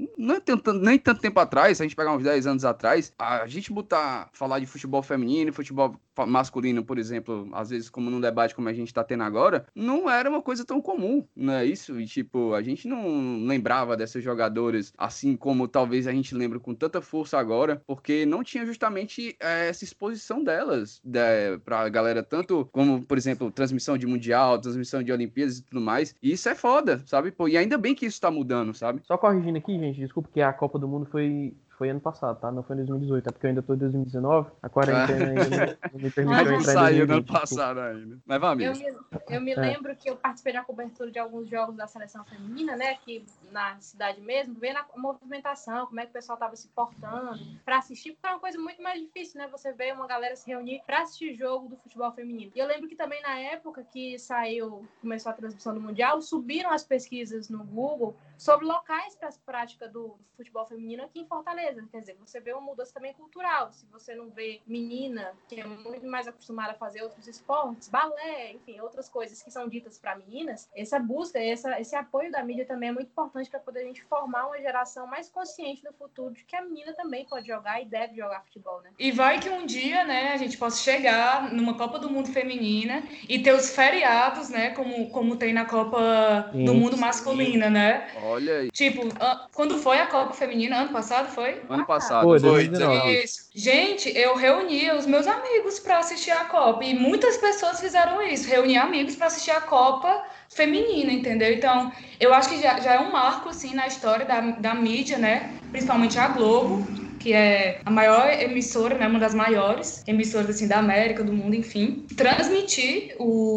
nem tanto tempo atrás, se a gente pegar uns 10 anos atrás, a gente falar de futebol feminino, futebol masculino, por exemplo, às vezes como num debate como a gente tá tendo agora, não era uma coisa tão comum, não é isso? E, tipo, a gente não lembrava dessas jogadoras assim como talvez a gente lembre com tanta força agora, porque não tinha justamente essa exposição delas pra galera, tanto como, por exemplo, transmissão de Mundial, transmissão de Olimpíadas e tudo mais. E isso é foda, sabe? Pô, e ainda bem que isso tá mudando, sabe? Só corrigindo aqui, gente, desculpa, que a Copa do Mundo foi ano passado, tá? Não foi em 2018, é porque eu ainda tô em 2019, a quarentena ainda não me permitiu entrar em 2020. Saiu no ano passado ainda. Mas vamos. Eu me lembro que eu participei da cobertura de alguns jogos da seleção feminina, né? Aqui na cidade mesmo, vendo a movimentação, como é que o pessoal tava se portando pra assistir, porque é uma coisa muito mais difícil, né? Você vê uma galera se reunir pra assistir jogo do futebol feminino. E eu lembro que também na época que começou a transmissão do Mundial, subiram as pesquisas no Google sobre locais para as práticas do futebol feminino aqui em Fortaleza. Quer dizer, você vê uma mudança também cultural. Se você não vê menina, que é muito mais acostumada a fazer outros esportes, balé, enfim, outras coisas que são ditas para meninas, essa busca, esse apoio da mídia também é muito importante para poder a gente formar uma geração mais consciente no futuro de que a menina também pode jogar e deve jogar futebol, né? E vai que um dia, né, a gente possa chegar numa Copa do Mundo feminina e ter os feriados, né, como tem na Copa do Mundo masculina, né? Olha aí. Tipo, quando foi a Copa feminina? Ano passado, foi? Ano passado. Foi, 2019. Isso. Gente, eu reunia os meus amigos para assistir a Copa. E muitas pessoas fizeram isso. Reunir amigos para assistir a Copa feminina, entendeu? Então, eu acho que já é um marco, assim, na história da mídia, né? Principalmente a Globo, que é a maior emissora, né? Uma das maiores emissoras, assim, da América, do mundo, enfim. Transmitir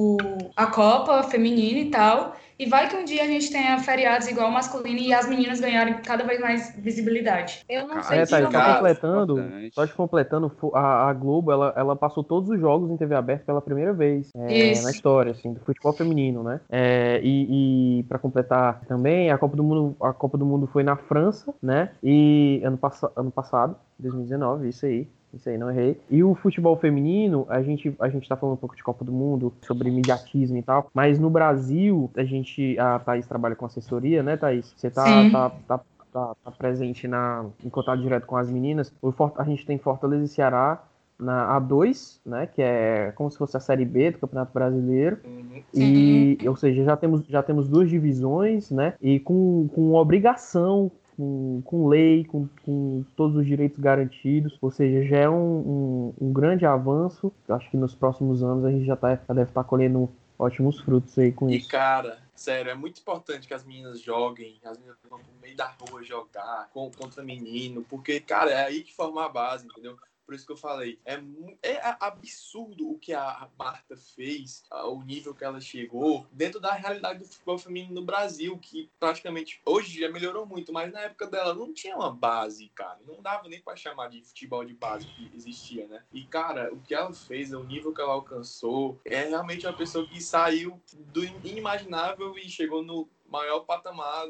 a Copa feminina e tal. E vai que um dia a gente tenha feriados igual o masculino e as meninas ganharem cada vez mais visibilidade. Eu não sei se só te completando, a Globo, ela passou todos os jogos em TV aberta pela primeira vez na história, assim, do futebol feminino, né? E para completar também, a Copa do Mundo foi na França, né? E ano passado, 2019, isso aí, não errei. E o futebol feminino, a gente tá falando um pouco de Copa do Mundo, sobre imediatismo e tal, mas no Brasil, a Thaís trabalha com assessoria, né, Thaís? Você tá presente em contato direto com as meninas. A gente tem Fortaleza e Ceará na A2, né, que é como se fosse a Série B do Campeonato Brasileiro. E, ou seja, já temos 2 divisões, né, e com obrigação, com lei, com todos os direitos garantidos, ou seja, já é um grande avanço. Acho que nos próximos anos a gente já deve estar colhendo ótimos frutos aí com isso. E, cara, sério, é muito importante que as meninas joguem, as meninas vão pro meio da rua jogar contra menino, porque, cara, é aí que forma a base, entendeu? Por isso que eu falei, é absurdo o que a Marta fez, o nível que ela chegou, dentro da realidade do futebol feminino no Brasil, que praticamente hoje já melhorou muito, mas na época dela não tinha uma base, cara. Não dava nem pra chamar de futebol de base que existia, né? E, cara, o que ela fez, o nível que ela alcançou, é realmente uma pessoa que saiu do inimaginável e chegou no maior patamar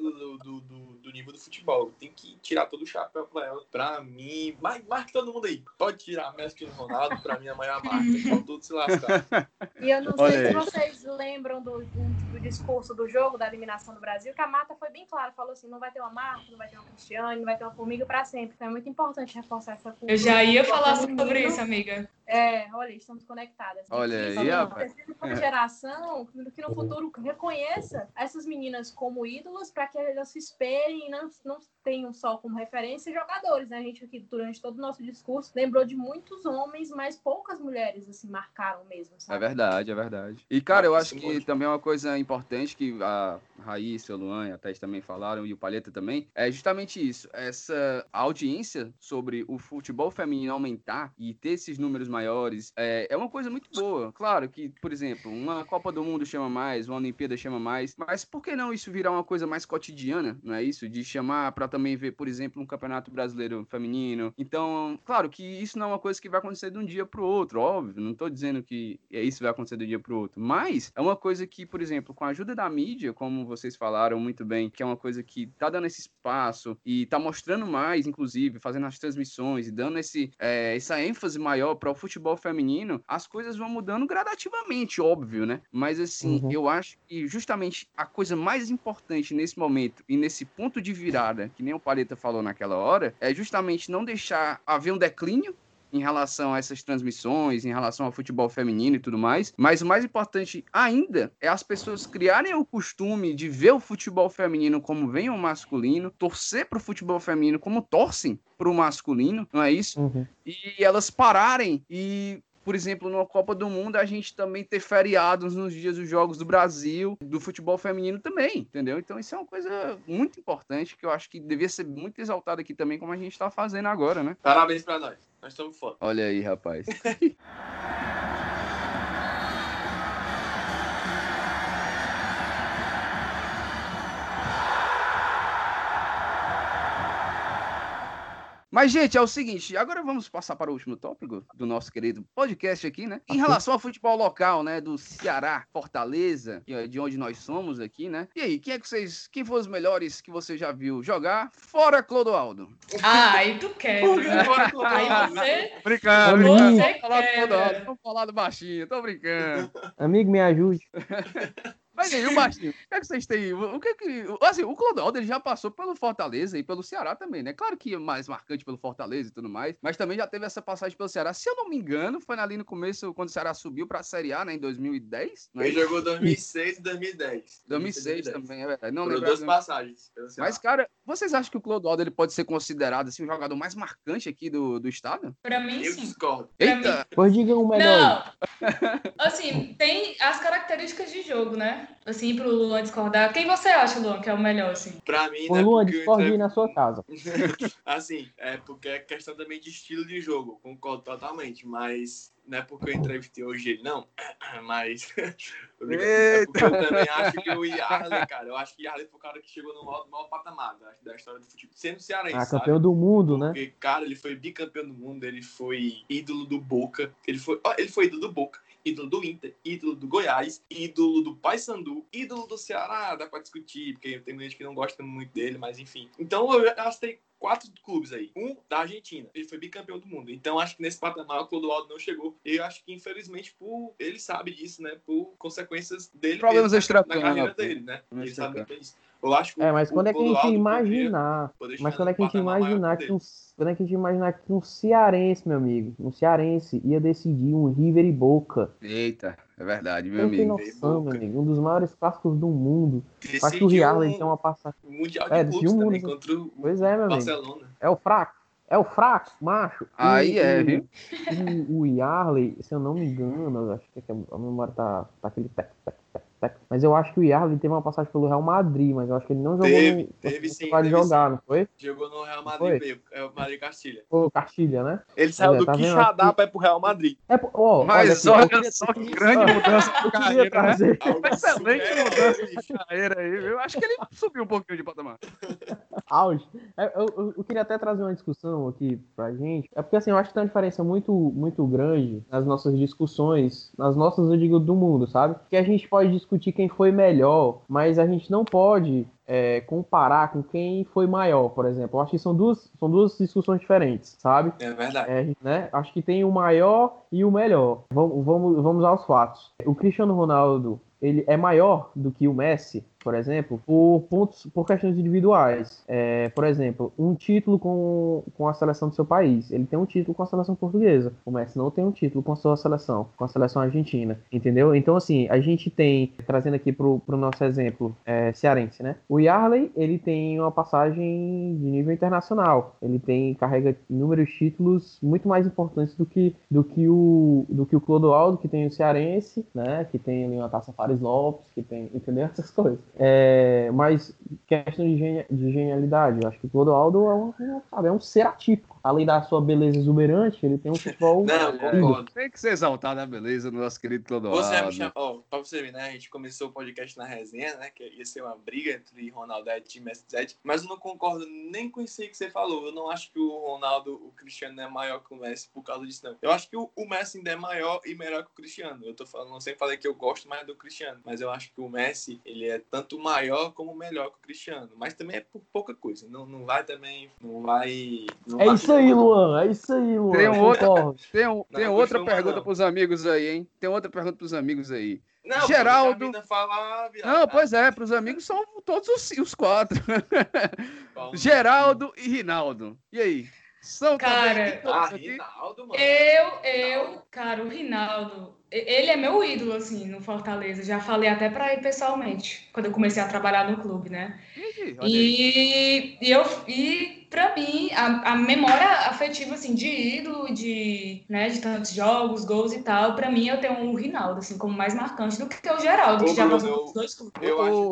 do nível do futebol. Tem que tirar todo o chapéu pra ela. Pra mim, marque todo mundo aí. Pode tirar Messi e Ronaldo, pra mim é a maior marca. Só tudo se lascar. E eu não sei se vocês lembram do discurso do jogo, da eliminação do Brasil, que a Marta foi bem clara, falou assim, não vai ter uma Marta, não vai ter uma Cristiane, não vai ter uma Formiga pra sempre. Então é muito importante reforçar essa cultura. Eu já ia falar sobre isso, amiga. Olha, estamos conectadas. Olha aí, rapaz. Uma geração que no futuro reconheça essas meninas como ídolas para que elas se espelhem e não tenham só como referência jogadores, né? A gente aqui, durante todo o nosso discurso, lembrou de muitos homens, mas poucas mulheres, assim, marcaram mesmo, sabe? É verdade. E, cara, eu acho que também é uma coisa importante que a Raíssa, a Luan e a Thaís também falaram, e o Palheta também, é justamente isso. Essa audiência sobre o futebol feminino aumentar e ter esses números maiores é uma coisa muito boa. Claro que, por exemplo, uma Copa do Mundo chama mais, uma Olimpíada chama mais, mas por que não isso virar uma coisa mais cotidiana, não é isso? De chamar para também ver, por exemplo, um Campeonato Brasileiro feminino. Então, claro que isso não é uma coisa que vai acontecer de um dia para o outro, óbvio, não estou dizendo que isso vai acontecer de um dia para o outro, mas é uma coisa que, por exemplo, com a ajuda da mídia, como vocês falaram muito bem, que é uma coisa que tá dando esse espaço e tá mostrando mais, inclusive, fazendo as transmissões e dando essa ênfase maior para o futebol feminino, as coisas vão mudando gradativamente, óbvio, né? Mas, assim, eu acho que justamente a coisa mais importante nesse momento e nesse ponto de virada, que nem o Palheta falou naquela hora, é justamente não deixar haver um declínio em relação a essas transmissões, em relação ao futebol feminino e tudo mais, mas o mais importante ainda é as pessoas criarem o costume de ver o futebol feminino como vem o masculino, torcer para o futebol feminino como torcem para o masculino, não é isso? E elas pararem e, por exemplo, numa Copa do Mundo, a gente também ter feriados nos dias dos Jogos do Brasil, do futebol feminino também, entendeu? Então isso é uma coisa muito importante que eu acho que devia ser muito exaltada aqui também, como a gente está fazendo agora, né? Parabéns pra nós. Nós estamos foda. Olha aí, rapaz. Mas, gente, é o seguinte, agora vamos passar para o último tópico do nosso querido podcast aqui, né? Em relação ao futebol local, né? Do Ceará, Fortaleza, de onde nós somos aqui, né? E aí, quem foram os melhores que você já viu jogar? Fora Clodoaldo. Aí tu quer. Aí você... Brincando. Vamos falar do baixinho, tô brincando. Amigo, me ajude. Mas aí, o Baixinho, o que é que vocês têm? Assim, o Clodoaldo, ele já passou pelo Fortaleza e pelo Ceará também, né? Claro que é mais marcante pelo Fortaleza e tudo mais, mas também já teve essa passagem pelo Ceará. Se eu não me engano, foi ali no começo, quando o Ceará subiu pra Série A, né? Em 2010. Né? Ele jogou 2006 e 2010. 2006 também, é verdade. Não lembro. Duas passagens pelo Ceará. Mas, cara, vocês acham que o Clodoaldo, ele pode ser considerado, assim, o jogador mais marcante aqui do estado? Pra mim, eu sim. discordo. Eita! Pois diga o melhor. Não, assim, tem as características de jogo, né? Assim, pro Luan discordar. Quem você acha, Luan, que é o melhor, assim? Pra mim, o né? Luan, discorde na sua casa. Assim, é porque é questão também de estilo de jogo, concordo totalmente, mas não é porque eu entrevistei hoje ele, não, mas é porque eu também acho que o Yarley, cara, eu acho que o Yarley foi o cara que chegou no maior patamar da história do futebol, sendo cearense, campeão do mundo, né? Porque, cara, ele foi bicampeão do mundo, ele foi ídolo do Boca, ele foi ídolo do Boca, ídolo do Inter, ídolo do Goiás, ídolo do Paysandu, ídolo do Ceará, dá pra discutir, porque tem gente que não gosta muito dele, mas enfim. Então eu acho que tem 4 clubes aí. Um da Argentina. Ele foi bicampeão do mundo. Então acho que nesse patamar o Clodoaldo não chegou. E eu acho que, infelizmente, ele sabe disso, né? Por consequências dele. Problemas na carreira dele, né? Ele sabe disso. Eu acho que mas quando é que a gente imaginar? Mas quando é que a gente imaginar que um cearense, meu amigo, um cearense ia decidir um River e Boca? Eita, é verdade, meu amigo. Não tem noção, meu amigo. Um dos maiores clássicos do mundo. Acho que o Yarley tem uma passagem. Mundial de clubes também contra o Barcelona. É o fraco, macho. Aí viu? O Yarley, se eu não me engano, acho que a memória tá aquele Mas eu acho que o Yarley teve uma passagem pelo Real Madrid, mas eu acho que ele não jogou teve sim, jogar, sim. Não foi? Jogou no Real Madrid B, é o Madrid Castilha. O Castilha, né? Ele saiu do Quixadá para ir pro Real Madrid. Mas olha só que grande mudança de carreira, trazer. Excelente mudança de carreira aí, viu? Acho que ele subiu um pouquinho de patamar. Auge. Eu queria até trazer uma discussão aqui pra gente. É porque, assim, eu acho que tem uma diferença muito, muito grande nas nossas discussões, nas nossas, eu digo, do mundo, sabe? Que a gente pode discutir quem foi melhor, mas a gente não pode comparar com quem foi maior, por exemplo. Eu acho que são duas discussões diferentes, sabe? É verdade. Né? Acho que tem o maior e o melhor. Vamos aos fatos. O Cristiano Ronaldo, ele é maior do que o Messi, por exemplo, por questões individuais. Por exemplo, um título com a seleção do seu país. Ele tem um título com a seleção portuguesa. O Messi não tem um título com a sua seleção, com a seleção argentina. Entendeu? Então, assim, a gente tem, trazendo aqui pro nosso exemplo cearense, né? O Yarley, ele tem uma passagem de nível internacional. Ele carrega inúmeros títulos muito mais importantes do que o Clodoaldo, que tem o cearense, né? Que tem ali uma Taça Fares Lopes, que tem, entendeu? Essas coisas. Mas questão de genialidade, eu acho que o Clodoaldo é um ser atípico. Além da sua beleza exuberante, ele tem um futebol... Não, concordo. Tem que ser exaltado a beleza do nosso querido Clodoaldo. Você me chamou, pra você ver, né? A gente começou o podcast na resenha, né? Que ia ser uma briga entre Ronaldete e Messi, mas eu não concordo nem com isso aí que você falou. Eu não acho que o Cristiano é maior que o Messi por causa disso, não. Eu acho que o Messi ainda é maior e melhor que o Cristiano. Eu sempre falei que eu gosto mais do Cristiano, mas eu acho que o Messi, ele é tanto maior como melhor que o Cristiano. Mas também é por pouca coisa. Não vai também... Isso aí, Luan. Tem outra pergunta pros amigos aí, hein? Tem outra pergunta pros amigos aí. Não, Geraldo... viado. Não, pois é, pros amigos são todos os quatro. Geraldo e Rinaldo. E aí? São cara, também... Rinaldo, mano. Cara, o Rinaldo, ele é meu ídolo, assim, no Fortaleza. Já falei até pra ele pessoalmente, quando eu comecei a trabalhar no clube, né? E pra mim, a memória afetiva, assim, de ídolo, de tantos jogos, gols e tal, pra mim, eu tenho o Rinaldo, assim, como mais marcante do que o Geraldo, que já passou dos dois clubes.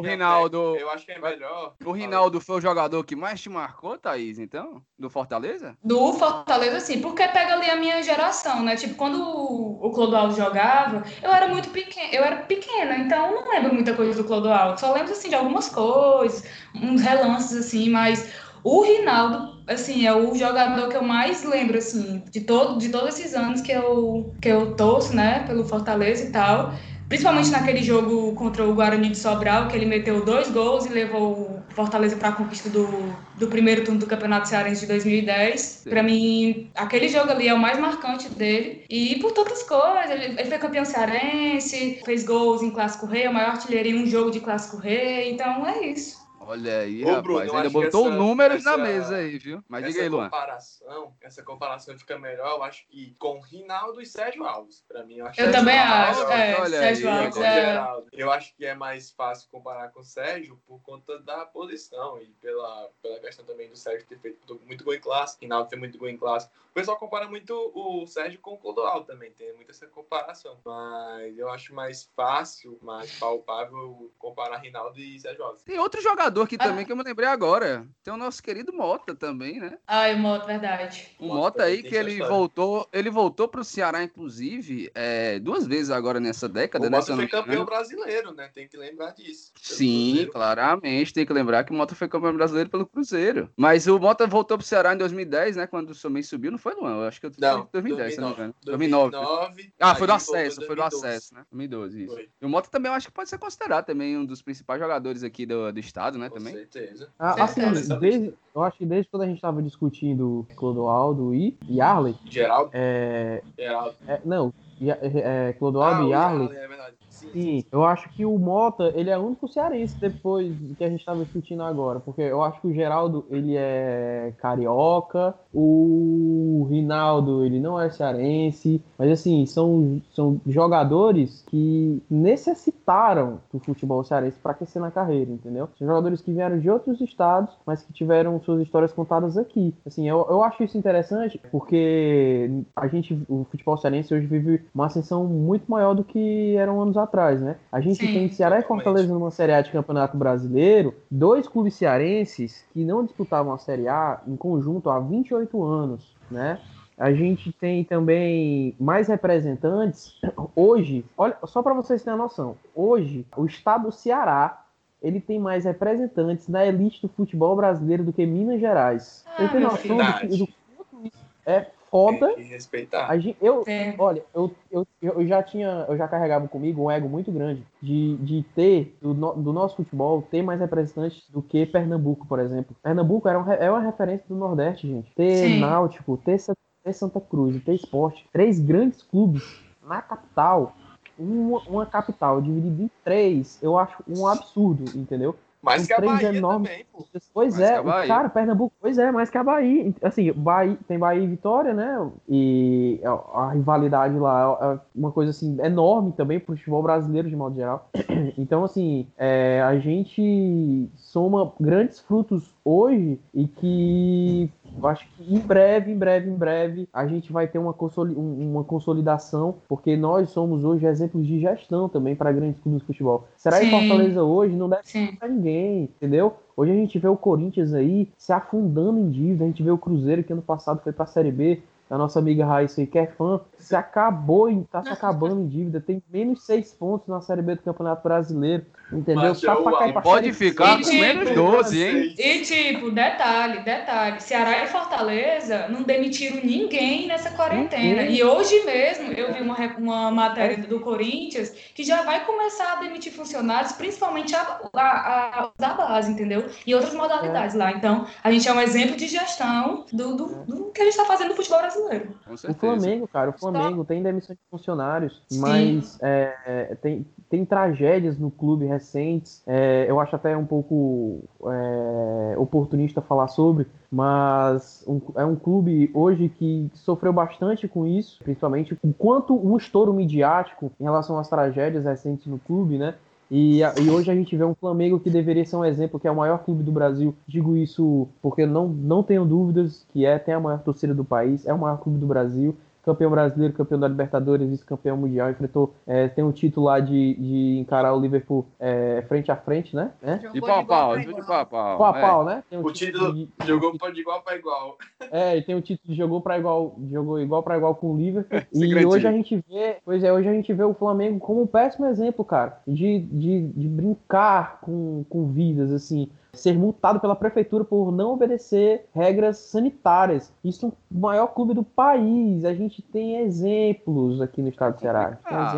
Eu acho que é melhor. O Rinaldo foi o jogador que mais te marcou, Thaís, então? Do Fortaleza? Do Fortaleza, sim, porque pega ali a minha geração, né? Tipo, quando o Clodoaldo jogava, eu era pequena, então não lembro muita coisa do Clodoaldo. Só lembro, assim, de algumas coisas, uns relances, assim, mas o Rinaldo, assim, é o jogador que eu mais lembro, assim, de todos esses anos que eu torço, né, pelo Fortaleza e tal. Principalmente naquele jogo contra o Guarani de Sobral, que ele meteu 2 gols e levou o Fortaleza para a conquista do primeiro turno do Campeonato Cearense de 2010. Para mim, aquele jogo ali é o mais marcante dele. E por tantas coisas, ele foi campeão cearense, fez gols em Clássico Rei, o maior artilheiro em um jogo de Clássico Rei. Então, é isso. Olha aí, Ô, rapaz, Bruno, ainda botou números na mesa aí, viu? Mas diga aí, Luan. Essa comparação fica melhor, eu acho que com Rinaldo e Sérgio Alves. Pra mim, eu acho Eu também acho, Sérgio Alves. Eu acho que é mais fácil comparar com o Sérgio por conta da posição e pela questão também do Sérgio ter feito muito gol em clássico, Rinaldo fez muito gol em clássico. O pessoal compara muito o Sérgio com o Clodoaldo também, tem muita essa comparação. Mas eu acho mais fácil, mais palpável comparar Rinaldo e Sérgio Alves. Tem outro jogador aqui também que eu me lembrei agora. Tem o nosso querido Mota também, né? O Mota, verdade. O Mota aí que ele voltou pro Ceará, inclusive, 2 vezes agora nessa década. O Mota foi campeão brasileiro, né? Tem que lembrar disso. Sim, claramente. Tem que lembrar que o Mota foi campeão brasileiro pelo Cruzeiro. Mas o Mota voltou pro Ceará em 2010, né? Quando também subiu. Não foi, Luan? Eu acho que foi em 2010, se não me engano. 2009. Foi do acesso, né? 2012, isso. E o Mota também eu acho que pode ser considerado também um dos principais jogadores aqui do estado, né? Com certeza. Assim, eu acho que desde quando a gente estava discutindo Clodoaldo e Yarley... Geraldo? Clodoaldo e Yarley... É verdade. Sim, eu acho que o Mota, ele é o único cearense depois que a gente estava discutindo agora, porque eu acho que o Geraldo, ele é carioca, o Rinaldo, ele não é cearense, mas assim, são jogadores que necessitaram do futebol cearense para crescer na carreira, entendeu? São jogadores que vieram de outros estados, mas que tiveram suas histórias contadas aqui. Assim, eu acho isso interessante porque o futebol cearense hoje vive uma ascensão muito maior do que eram anos atrás, né? A gente tem Ceará e Fortaleza numa Série A de Campeonato Brasileiro, 2 clubes cearenses que não disputavam a Série A em conjunto há 28 anos, né? A gente tem também mais representantes. Hoje, olha, só para vocês terem a noção, hoje o estado do Ceará ele tem mais representantes na elite do futebol brasileiro do que Minas Gerais. Você tem noção do quanto isso é foda? Tem que respeitar. Olha, eu já carregava comigo um ego muito grande de ter, do nosso futebol, ter mais representantes do que Pernambuco, por exemplo. Pernambuco é uma referência do Nordeste, gente. Ter Náutico, ter Santa Cruz e ter Sport, 3 grandes clubes na capital, uma capital dividida em 3, eu acho um absurdo, entendeu? Mais que a Bahia também, pô. Pois é, cara, Pernambuco, mais que a Bahia. Assim, tem Bahia e Vitória, né? E a rivalidade lá é uma coisa, assim, enorme também pro futebol brasileiro, de modo geral. Então, assim, a gente soma grandes frutos hoje e que eu acho que em breve, a gente vai ter uma consolidação, porque nós somos hoje exemplos de gestão também para grandes clubes de futebol. Será que Fortaleza hoje não deve ser para ninguém, entendeu? Hoje a gente vê o Corinthians aí se afundando em dívida, a gente vê o Cruzeiro que ano passado foi para a Série B, a nossa amiga Raíssa aí, que é fã, tá se acabando em dívida, tem menos 6 pontos na Série B do Campeonato Brasileiro, entendeu? Pode ficar com menos 12, hein? E detalhe, Ceará e Fortaleza não demitiram ninguém nessa quarentena. E hoje mesmo eu vi uma matéria do Corinthians que já vai começar a demitir funcionários, principalmente da base, entendeu? E outras modalidades lá. Então, a gente é um exemplo de gestão do que a gente está fazendo no futebol brasileiro. O Flamengo, cara, tem demissão de funcionários, mas tem tragédias no clube recentes. Eu acho até um pouco oportunista falar sobre, mas é um clube hoje que sofreu bastante com isso, principalmente com quanto um estouro midiático em relação às tragédias recentes no clube, né? E hoje a gente vê um Flamengo que deveria ser um exemplo, que é o maior clube do Brasil. Digo isso porque não tenho dúvidas que tem a maior torcida do país, é o maior clube do Brasil. Campeão brasileiro, campeão da Libertadores, vice-campeão mundial, tem um título lá de encarar o Liverpool frente a frente, né? De pau a pau. Pau a pau, né? Tem o título jogou de igual para igual. E tem o título de jogou igual para igual com o Liverpool. E hoje a gente vê o Flamengo como um péssimo exemplo, cara, de brincar com vidas, assim. Ser multado pela prefeitura por não obedecer regras sanitárias. Isso é o maior clube do país. A gente tem exemplos aqui no estado do Ceará.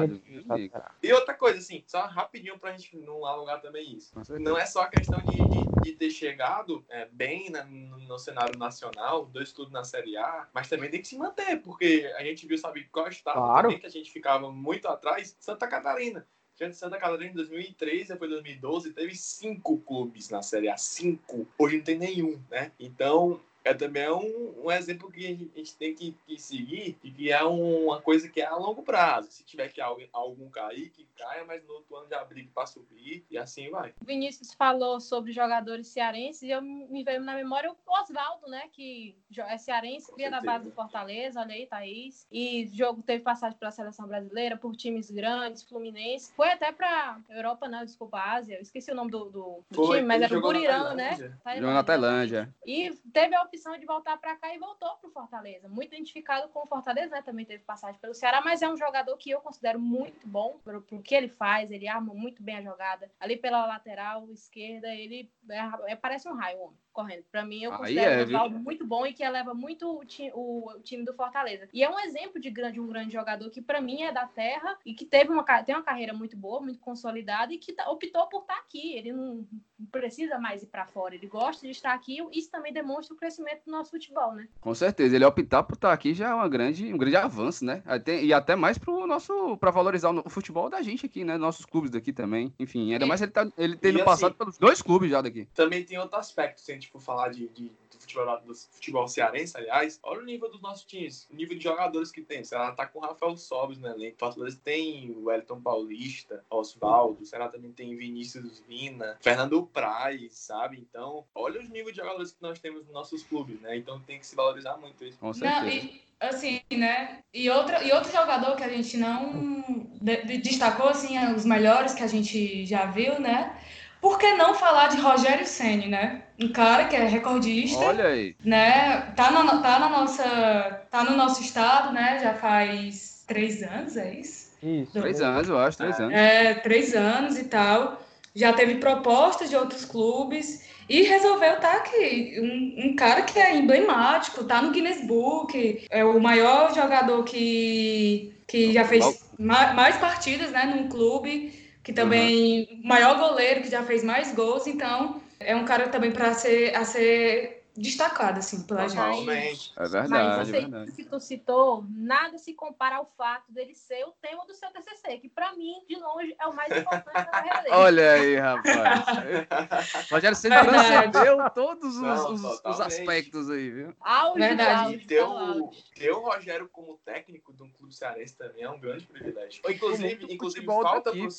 E outra coisa, assim, só rapidinho pra gente não alongar também isso. Não é só a questão de ter chegado bem no cenário nacional, 2 clubes na Série A, mas também tem que se manter, porque a gente viu, sabe, qual estado também que a gente ficava muito atrás? Santa Catarina. De Santa Catarina em 2003, depois de 2012, teve 5 clubes na Série A. 5. Hoje não tem nenhum, né? Então, também um exemplo que a gente tem que seguir e que é uma coisa que é a longo prazo. Se tiver que algum cair, que caia, mas no outro ano já brigue para subir e assim vai. O Vinícius falou sobre jogadores cearenses e me veio na memória o Oswaldo, né? Que é cearense, cria da base do Fortaleza, olha aí, Thaís. E teve passagem pela seleção brasileira, por times grandes, Fluminense. Foi até pra Europa, não, desculpa, Ásia. Eu esqueci o nome do time, mas era o Buriram, né? Jogou na Tailândia. E teve a opção de voltar para cá e voltou pro Fortaleza. Muito identificado com o Fortaleza, né? Também teve passagem pelo Ceará, mas é um jogador que eu considero muito bom pro que ele faz. Ele arma muito bem a jogada. Ali pela lateral esquerda, ele parece um raio, homem, correndo. Para mim, eu considero o Oswaldo muito bom e que eleva muito o time do Fortaleza. E é um exemplo de um grande jogador que, para mim, é da terra e que tem uma carreira muito boa, muito consolidada e que optou por estar aqui. Ele não precisa mais ir para fora. Ele gosta de estar aqui e isso também demonstra o crescimento do nosso futebol, né? Com certeza. Ele optar por estar aqui já é um grande avanço, né? E até mais para valorizar o futebol da gente aqui, né? Nossos clubes daqui também. Enfim, ainda mais ele tendo passado pelos 2 clubes já daqui. Também tem outro aspecto, se a gente for falar de futebol cearense, aliás, olha o nível dos nossos times, o nível de jogadores que tem. O Ceará tá com o Rafael Sobis no elenco, o Fortaleza tem o Wellington Paulista, Osvaldo, o Ceará também tem Vinícius Vina, Fernando Praz, sabe? Então, olha os níveis de jogadores que nós temos nos nossos clubes, né? Então tem que se valorizar muito isso. Com certeza. Não, e, assim, né? E outro jogador que a gente não destacou, assim, os melhores que a gente já viu, né? Por que não falar de Rogério Ceni, né? Um cara que é recordista. Olha aí. Né? Tá no nosso estado, né? Já faz 3 anos, é isso? Isso. 3 anos, eu acho, 3 anos. 3 anos e tal. Já teve propostas de outros clubes e resolveu estar aqui. Um cara que é emblemático, tá no Guinness Book, é o maior jogador que já fez mais partidas, né, num clube, que também maior goleiro, que já fez mais gols, então é um cara também para ser destacado, assim, pela gente. É verdade, mas é verdade. Que tu citou, nada se compara ao fato dele ser o tema do seu TCC, que pra mim, de longe, é o mais importante da carreira dele. Olha aí, rapaz. Rogério Ceni transcendeu todos os aspectos aí, viu? Verdade. E ter o Rogério como técnico de um clube cearense também é um grande privilégio. Inclusive falta pro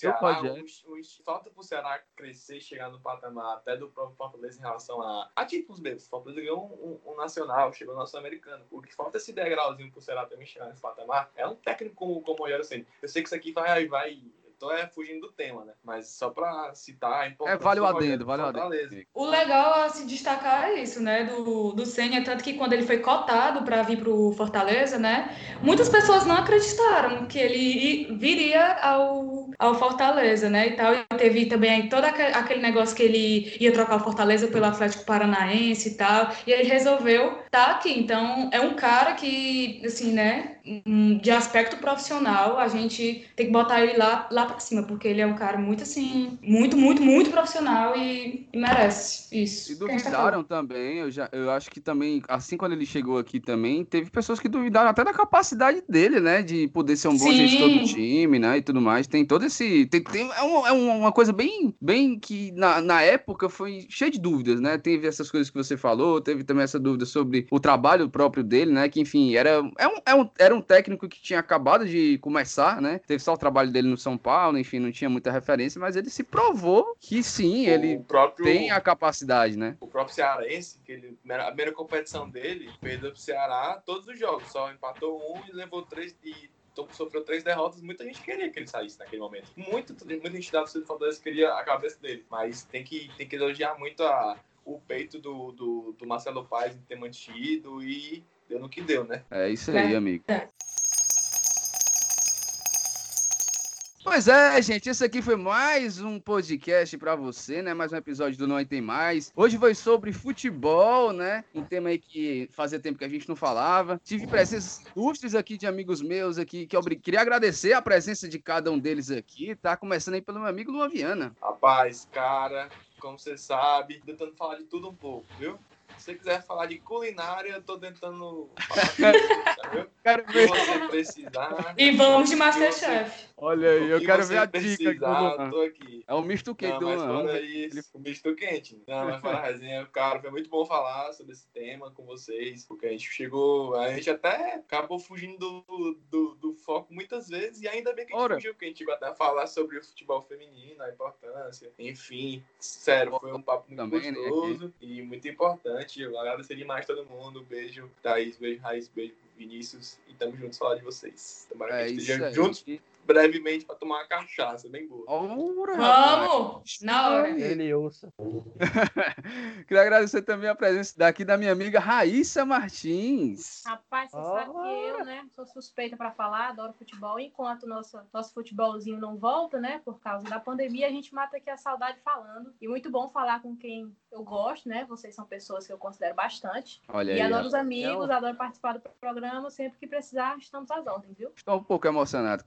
Ceará crescer e chegar no patamar até do próprio Fortaleza em relação a títulos mesmo. O Fortaleza ganhou um nacional, chegou no sul-americano. O que falta esse degrauzinho pro Ceará também chegar nesse patamar é um técnico como o Rogério Ceni. Eu sei que isso aqui vai tô fugindo do tema, né? Mas só pra citar a importância vale o adendo. O legal a se destacar é isso, né? Do Ceni, tanto que quando ele foi cotado para vir pro Fortaleza, né? Muitas pessoas não acreditaram que ele viria ao Fortaleza, né? E tal. E teve também todo aquele negócio que ele ia trocar o Fortaleza pelo Atlético Paranaense e tal. E ele resolveu estar aqui. Então, é um cara que, assim, né? De aspecto profissional, a gente tem que botar ele lá pra cima, porque ele é um cara muito assim, muito profissional e merece isso. E duvidaram também, eu acho que também, assim quando ele chegou aqui também, teve pessoas que duvidaram até da capacidade dele, né, de poder ser um bom gestor do time, né, e tudo mais. Tem todo esse, uma coisa bem que na época foi cheia de dúvidas, né, teve essas coisas que você falou, teve também essa dúvida sobre o trabalho próprio dele, né, que enfim, era um técnico que tinha acabado de começar, né, teve só o trabalho dele no São Paulo, enfim, não tinha muita referência, mas ele se provou que sim, ele tem a capacidade, né? O próprio cearense, a primeira competição dele, perdeu pro Ceará todos os jogos, só empatou um e levou 3 e sofreu 3 derrotas. Muita gente queria que ele saísse naquele momento. Muita gente da torcida do Fortaleza queria a cabeça dele, mas tem que elogiar muito o peito do Marcelo Paes em ter mantido e deu no que deu, né? É isso aí, amigo. Pois é, gente, esse aqui foi mais um podcast pra você, né? Mais um episódio do Não Tem Mais. Hoje foi sobre futebol, né? Um tema aí que fazia tempo que a gente não falava. Tive presenças ilustres aqui de amigos meus aqui, que eu queria agradecer a presença de cada um deles aqui, tá? Começando aí pelo meu amigo Luan Viana. Rapaz, cara, como você sabe, tentando falar de tudo um pouco, viu? Se você quiser falar de culinária, eu tô tentando falar de Quero ver. Se você precisar. E vamos de Masterchef. Olha aí, eu quero ver a dica do Luan. Tô aqui. É um misto quente do Luan. Mas fora isso, o misto quente. Não, mas fora a resenha, cara, foi muito bom falar sobre esse tema com vocês, porque a gente até acabou fugindo do foco muitas vezes, e ainda bem que a gente fugiu, porque a gente chegou até a falar sobre o futebol feminino, a importância, enfim, sério, foi um papo muito gostoso, né, e muito importante. Eu agradeço demais todo mundo. Beijo, Thaís, beijo, Raiz, beijo, Vinícius, e tamo juntos falar de vocês. Tomara que a gente esteja juntos brevemente pra tomar uma cachaça bem boa. Vamos! Na hora. Ele ouça. Queria agradecer também a presença daqui da minha amiga Raíssa Martins. Rapaz, você sabe que eu, né, sou suspeita pra falar, adoro futebol. Enquanto nosso futebolzinho não volta, né, por causa da pandemia, a gente mata aqui a saudade falando. E muito bom falar com quem eu gosto, né? Vocês são pessoas que eu considero bastante. Olha e aí, adoro os amigos, adoro participar do programa. Sempre que precisar, estamos às ordens, viu? Estou um pouco emocionado com essa declaração.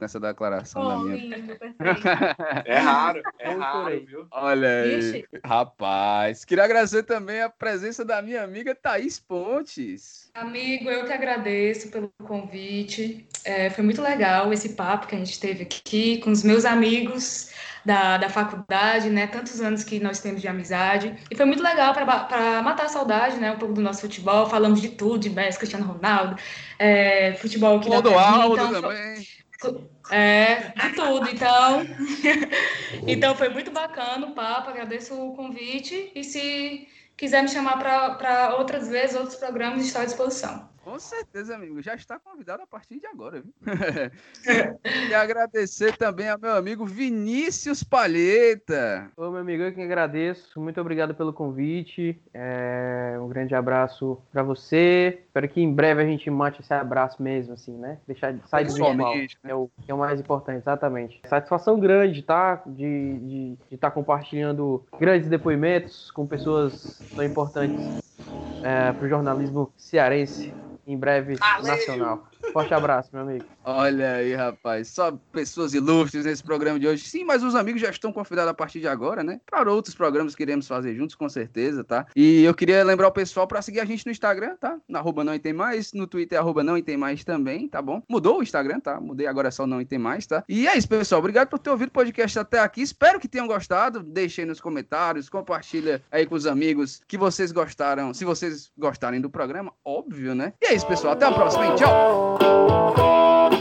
declaração da minha. Lindo, perfeito. É raro, viu? Olha aí. Rapaz, queria agradecer também a presença da minha amiga Thaís Pontes. Amigo, eu que agradeço pelo convite. Foi muito legal esse papo que a gente teve aqui com os meus amigos da faculdade, né? Tantos anos que nós temos de amizade. E foi muito legal para matar a saudade, né? Um pouco do nosso futebol. Falamos de tudo, de Messi, Cristiano Ronaldo, futebol aqui do Aldo então, também. De tudo. Então foi muito bacana o papo. Agradeço o convite. E se quiser me chamar para outras vezes, outros programas, estou à disposição. Com certeza, amigo. Já está convidado a partir de agora, viu? E agradecer também ao meu amigo Vinícius Palheta. Ô, meu amigo, eu que agradeço. Muito obrigado pelo convite. Um grande abraço para você. Espero que em breve a gente mate esse abraço mesmo, assim, né? Deixar de sair do virtual, né? É o mais importante, exatamente. Satisfação grande, tá? De estar compartilhando grandes depoimentos com pessoas tão importantes para o jornalismo cearense. Em breve, nacional. Forte abraço, meu amigo. Olha aí, rapaz. Só pessoas ilustres nesse programa de hoje. Sim, mas os amigos já estão convidados a partir de agora, né? Para outros programas que iremos fazer juntos, com certeza, tá? E eu queria lembrar o pessoal para seguir a gente no Instagram, tá? Na @não-tem-mais, no Twitter, @não-tem-mais também, tá bom? Mudou o Instagram, tá? Mudei agora, só Não Tem Mais, tá? E é isso, pessoal. Obrigado por ter ouvido o podcast até aqui. Espero que tenham gostado. Deixem aí nos comentários, compartilha aí com os amigos que vocês gostaram, se vocês gostarem do programa, óbvio, né? E é isso, pessoal. Até a próxima, hein? Tchau!